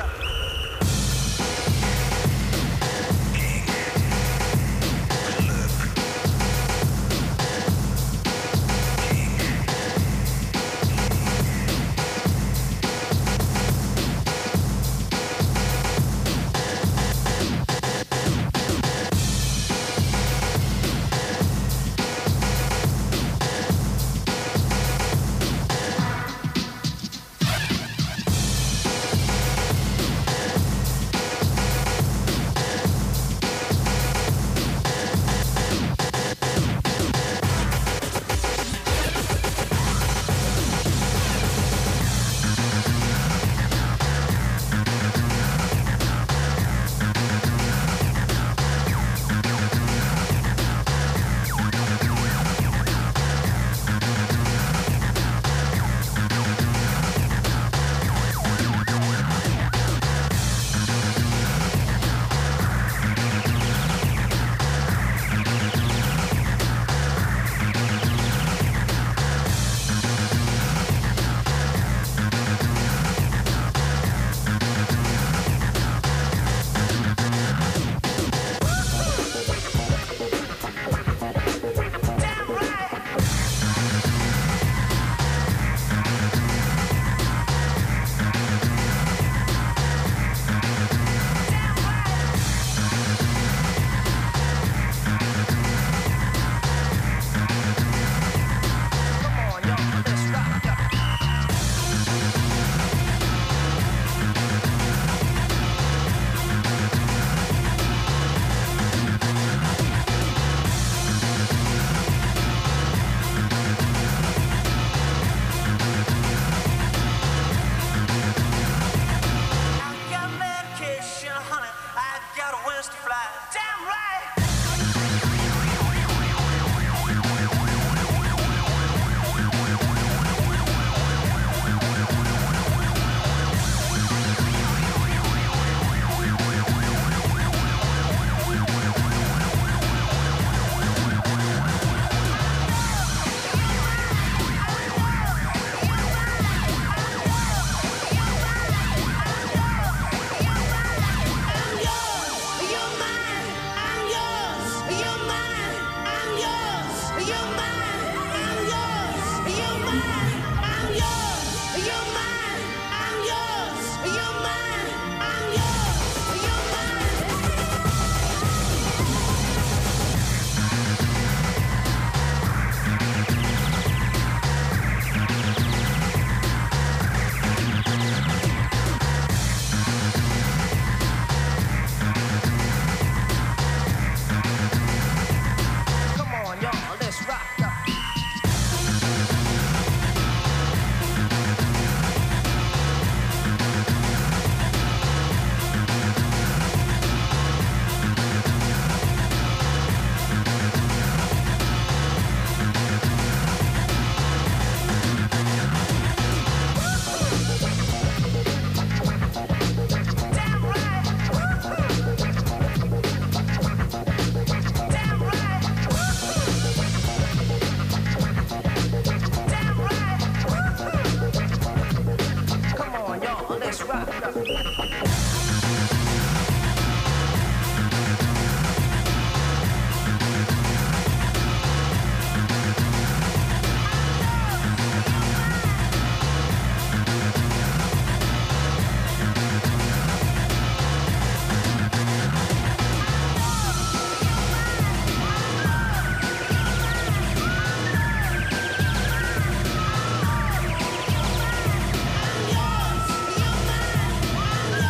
I'm yours, you're mine.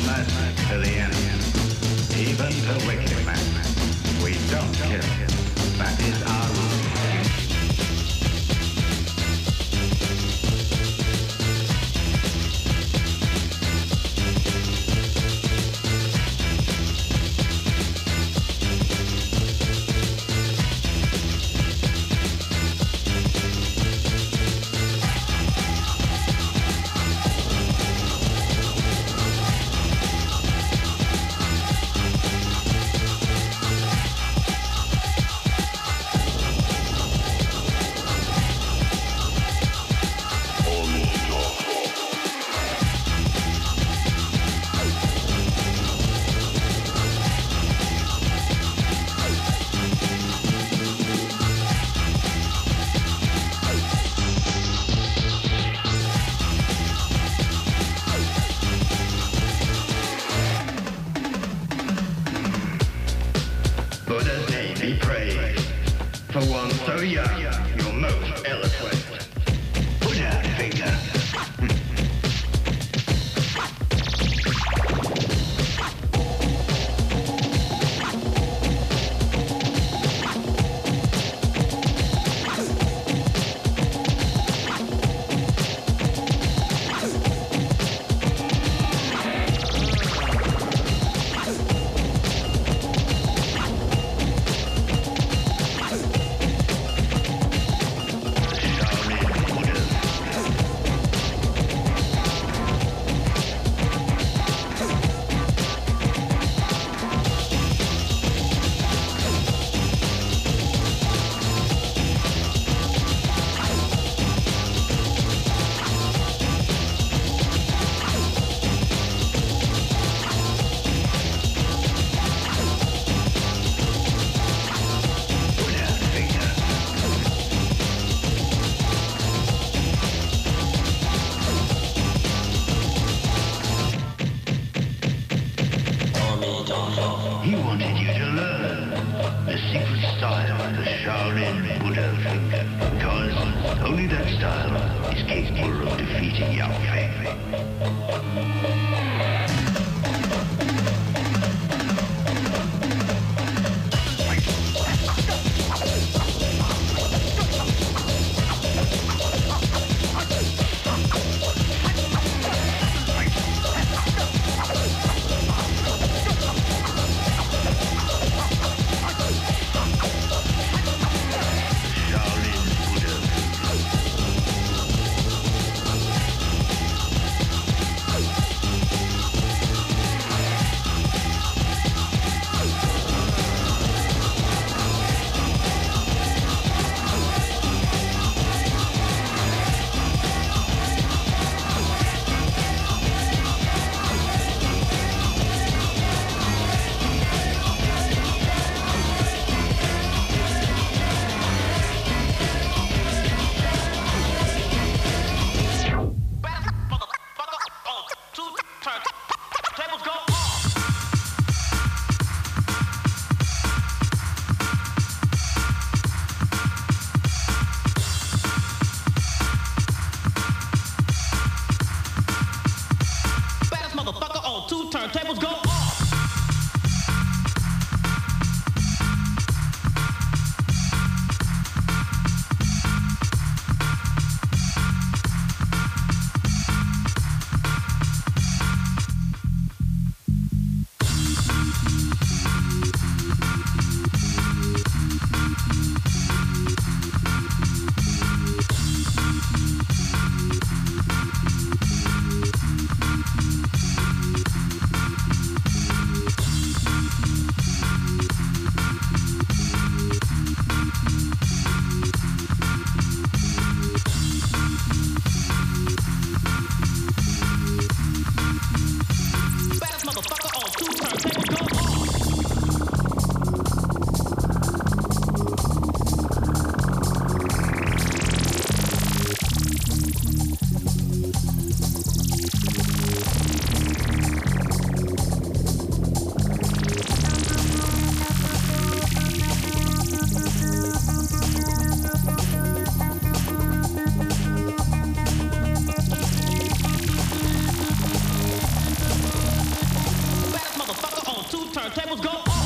that to the end. Even the wicked man. We don't kill. That is our rule. Buddha's name be praised. For one so young, you're most eloquent. Buddha finger. He wanted you to learn the secret style of the Shaolin Buddha finger, because only that style is capable of defeating Yao Fei. turntables go off.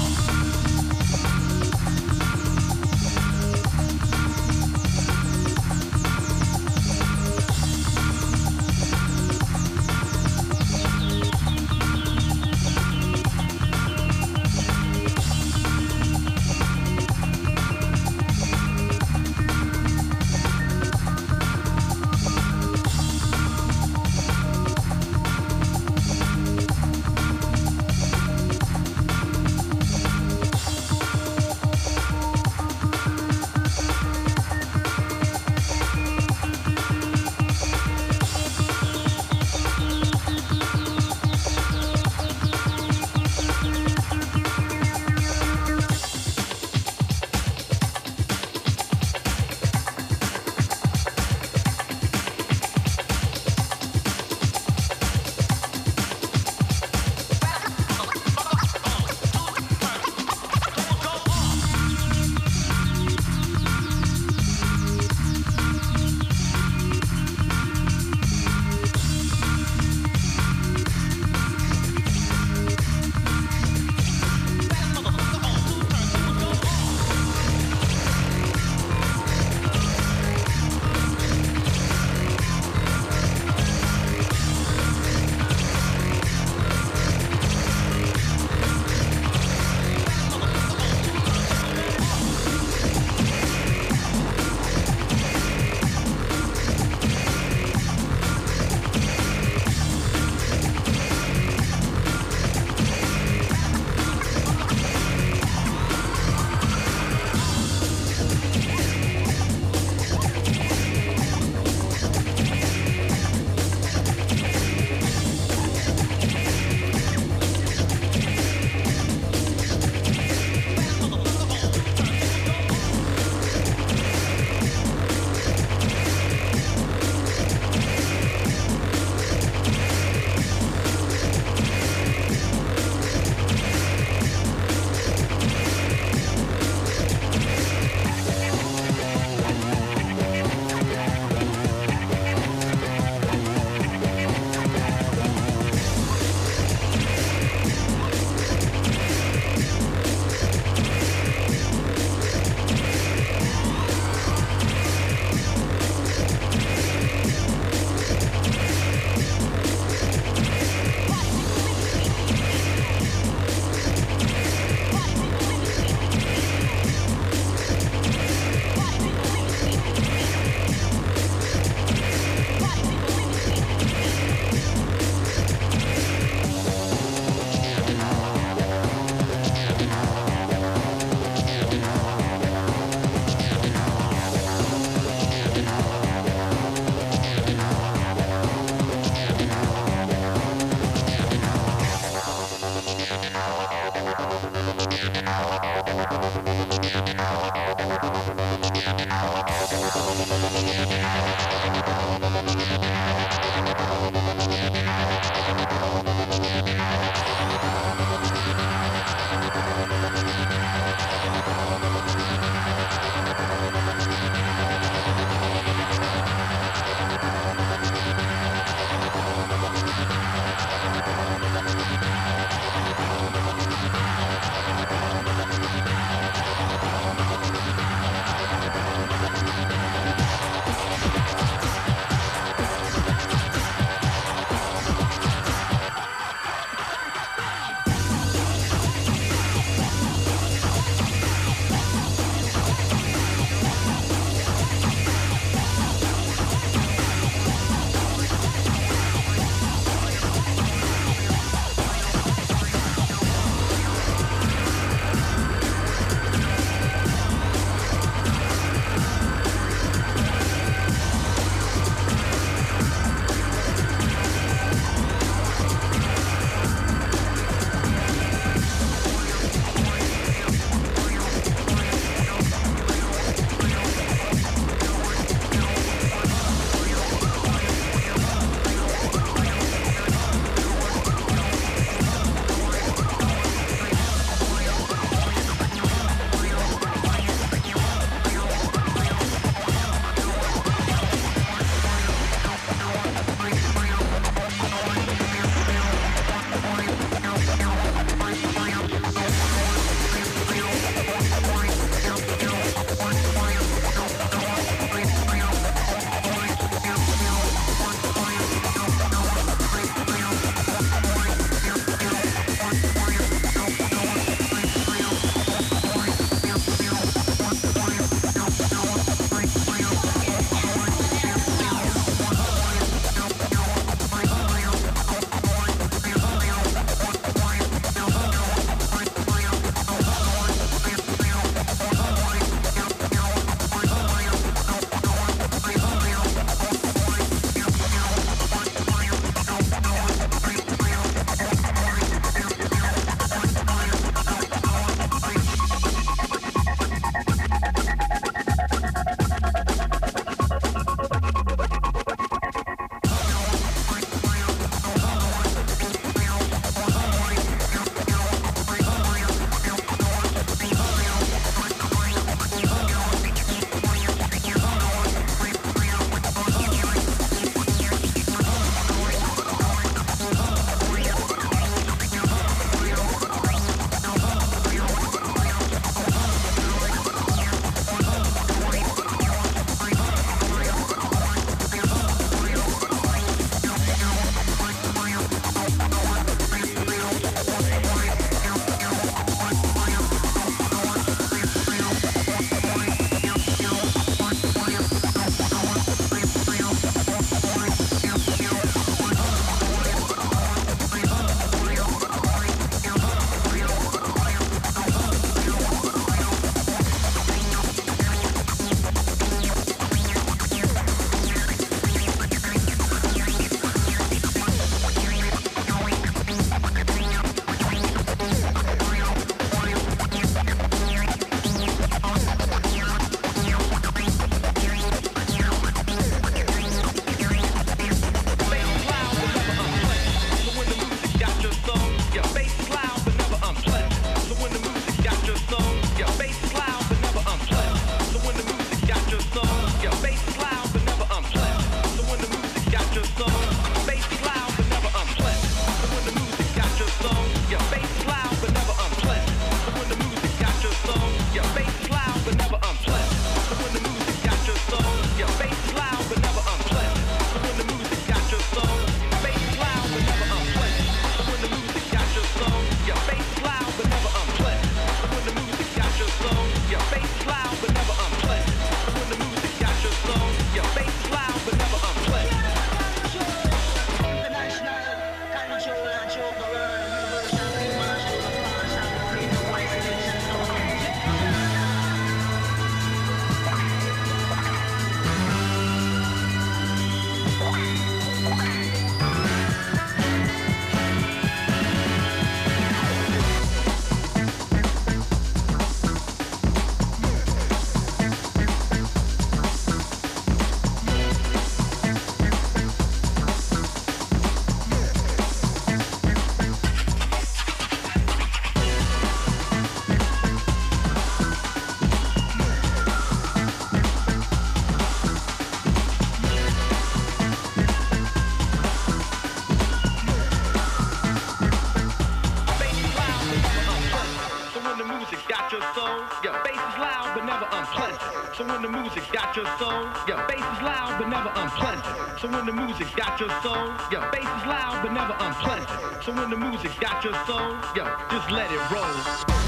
music got your soul, yo, bass is loud but never unpleasant. So when the music got your soul, yo, bass is loud but never unpleasant. So when the music got your soul, yo, bass is loud but never unpleasant. So when the music got your soul, yo, just let it roll.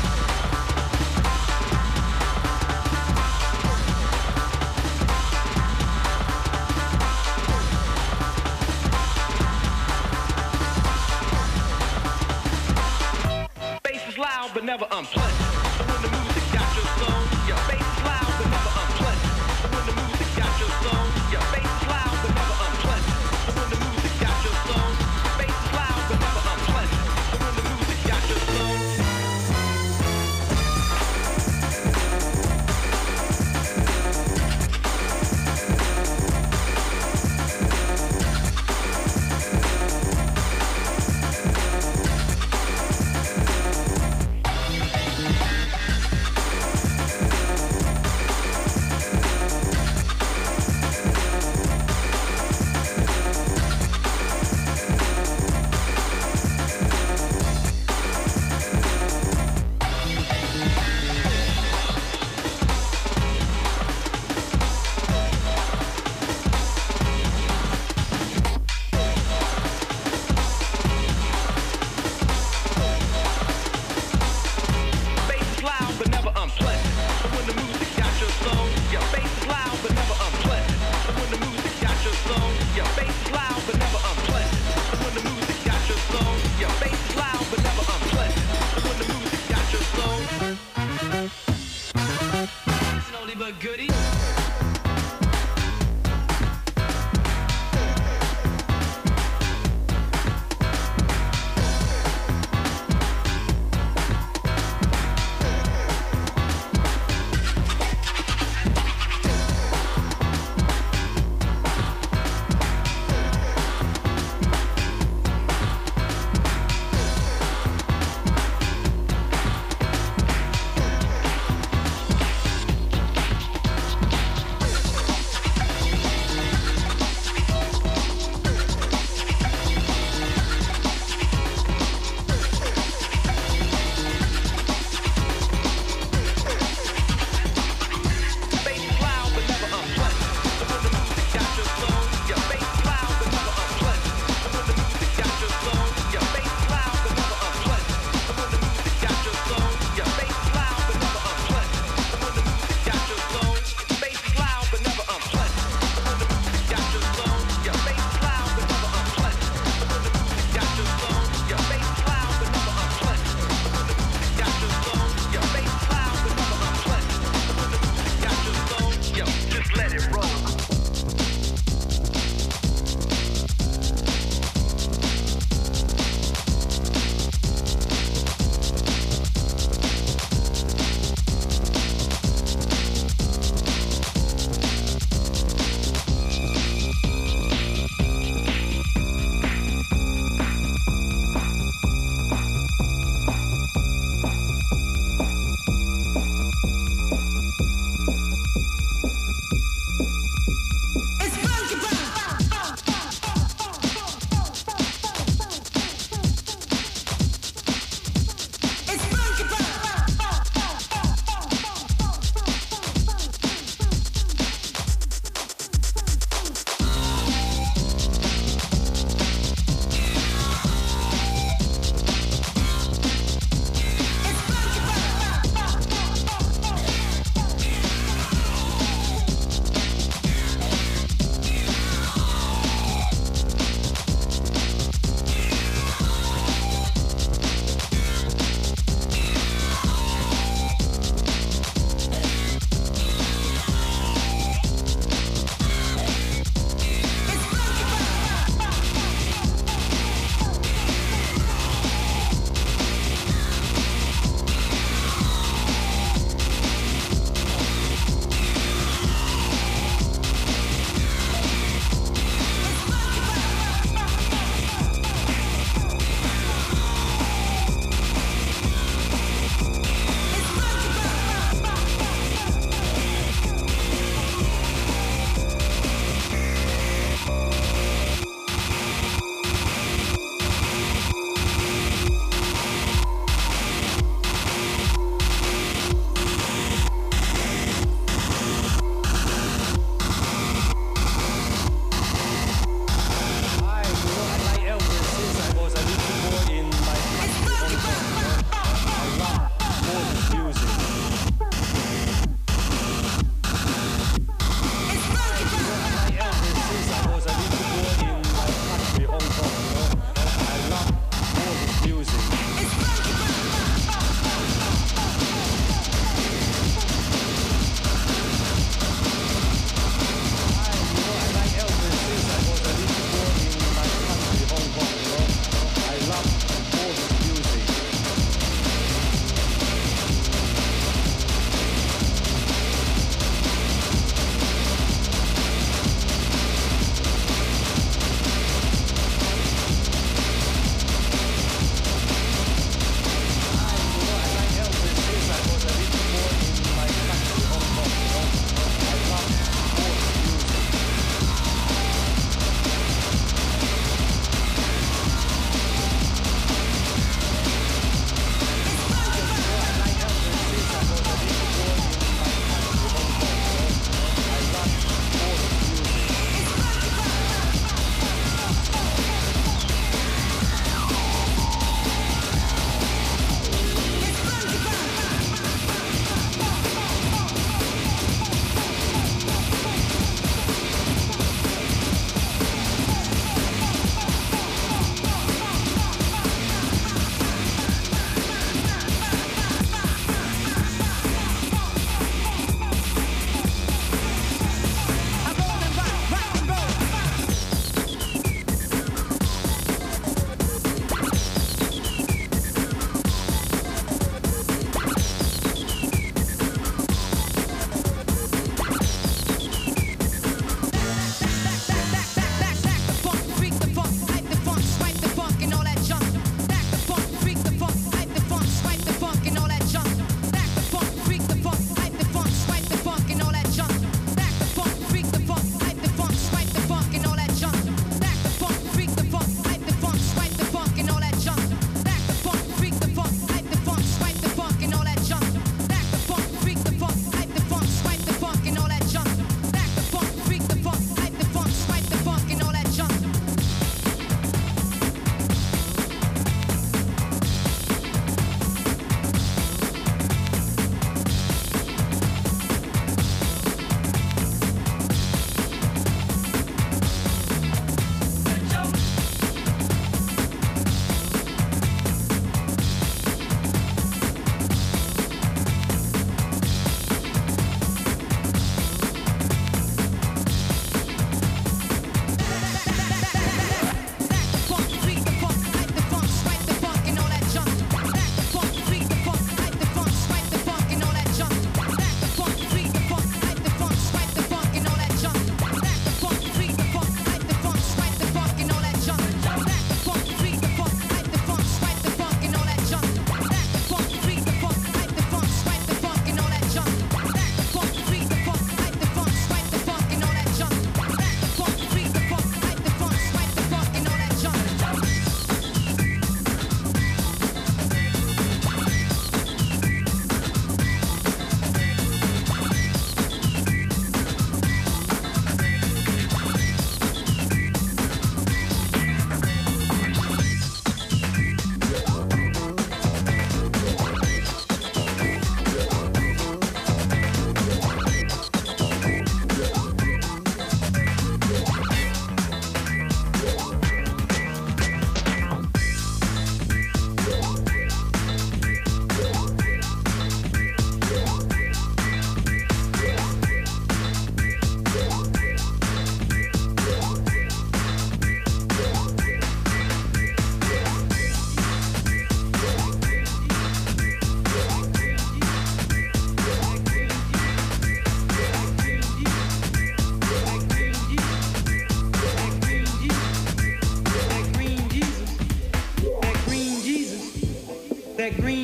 Loud but never unpleasant. So when the music got your soul, your bass is loud but never unpleasant. So when the music got your soul, your bass is loud but never unpleasant. So when the music got your soul, your bass is loud but never unpleasant. So when the music got your soul.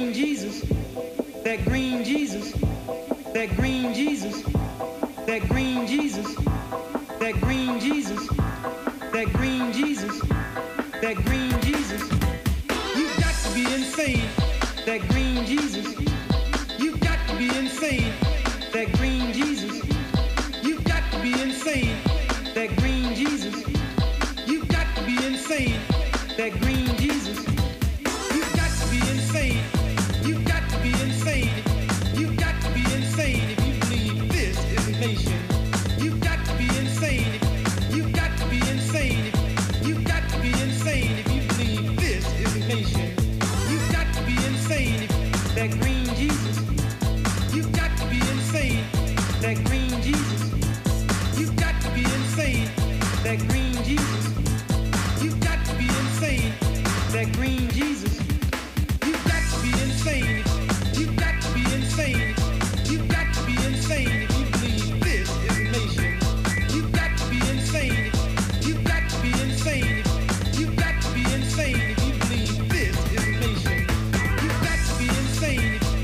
green Jesus, that green Jesus, that green Jesus, that green Jesus, that green Jesus, that green Jesus, that green Jesus. You've got to be insane, that green Jesus. You've got to be insane, that green Jesus. You've got to be insane, that green Jesus. You've got to be insane, that green Jesus. You've got to be insane. You've got to be insane. You've got to be insane if you believe this is a nation. You've got to be insane. You've got to be insane. You've got to be insane if you believe this is a nation. You've got to be insane. That green Jesus. You've got to be insane. That green Jesus. You've got to be insane. That green Jesus. You've got to be insane. That green Jesus. You've got to be insane. You've got to be insane. You've got to be insane if you believe this is a nation. You've got to be insane. You've got to be insane. You've got to be insane if you believe this is a nation. You've got to be insane.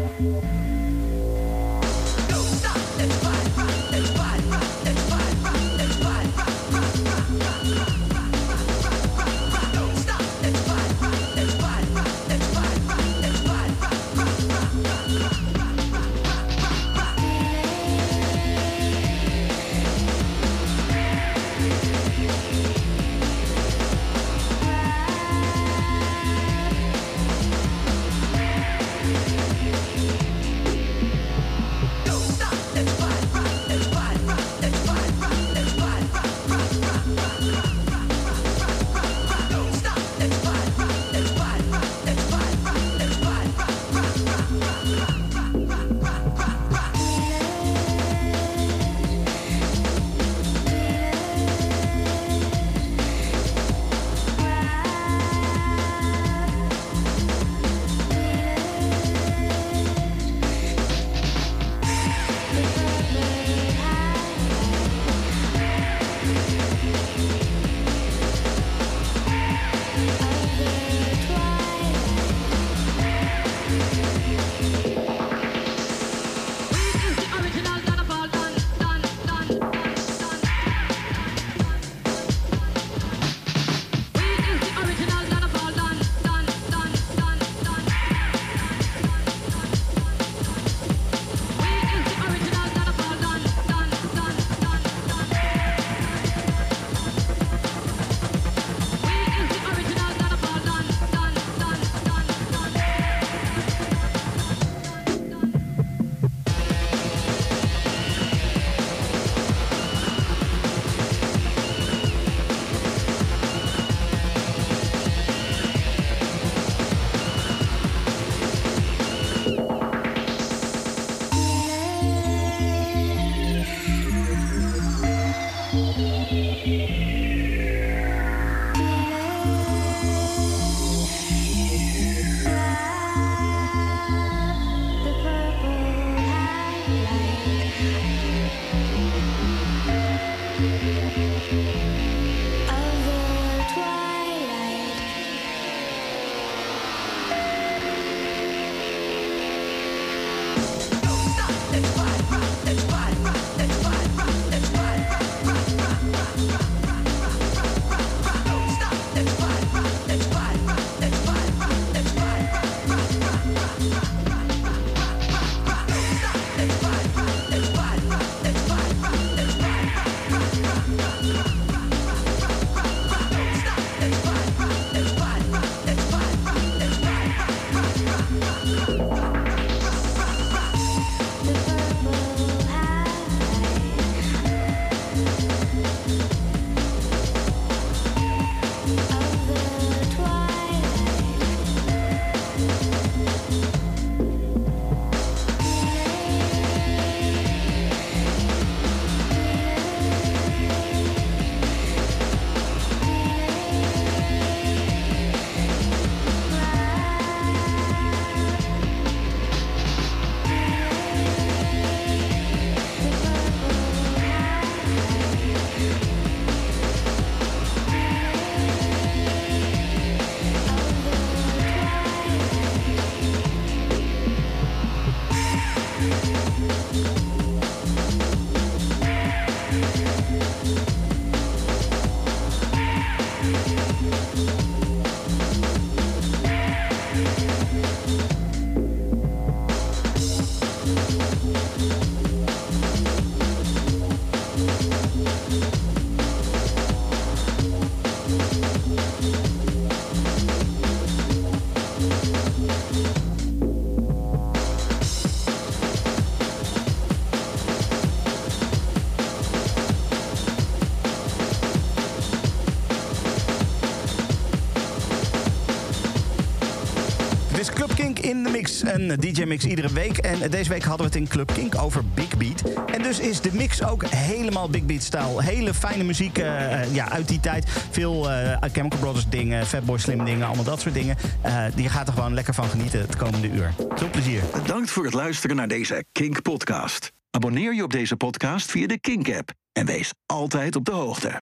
in de mix. Een DJ-mix iedere week. En deze week hadden we het in Club Kink over Big Beat. En dus is de mix ook helemaal Big Beat-stijl. Hele fijne muziek uit die tijd. Veel Chemical Brothers dingen, Fatboy Slim dingen, allemaal dat soort dingen. Je gaat er gewoon lekker van genieten het komende uur. Veel plezier. Bedankt voor het luisteren naar deze Kink-podcast. Abonneer je op deze podcast via de Kink-app. En wees altijd op de hoogte.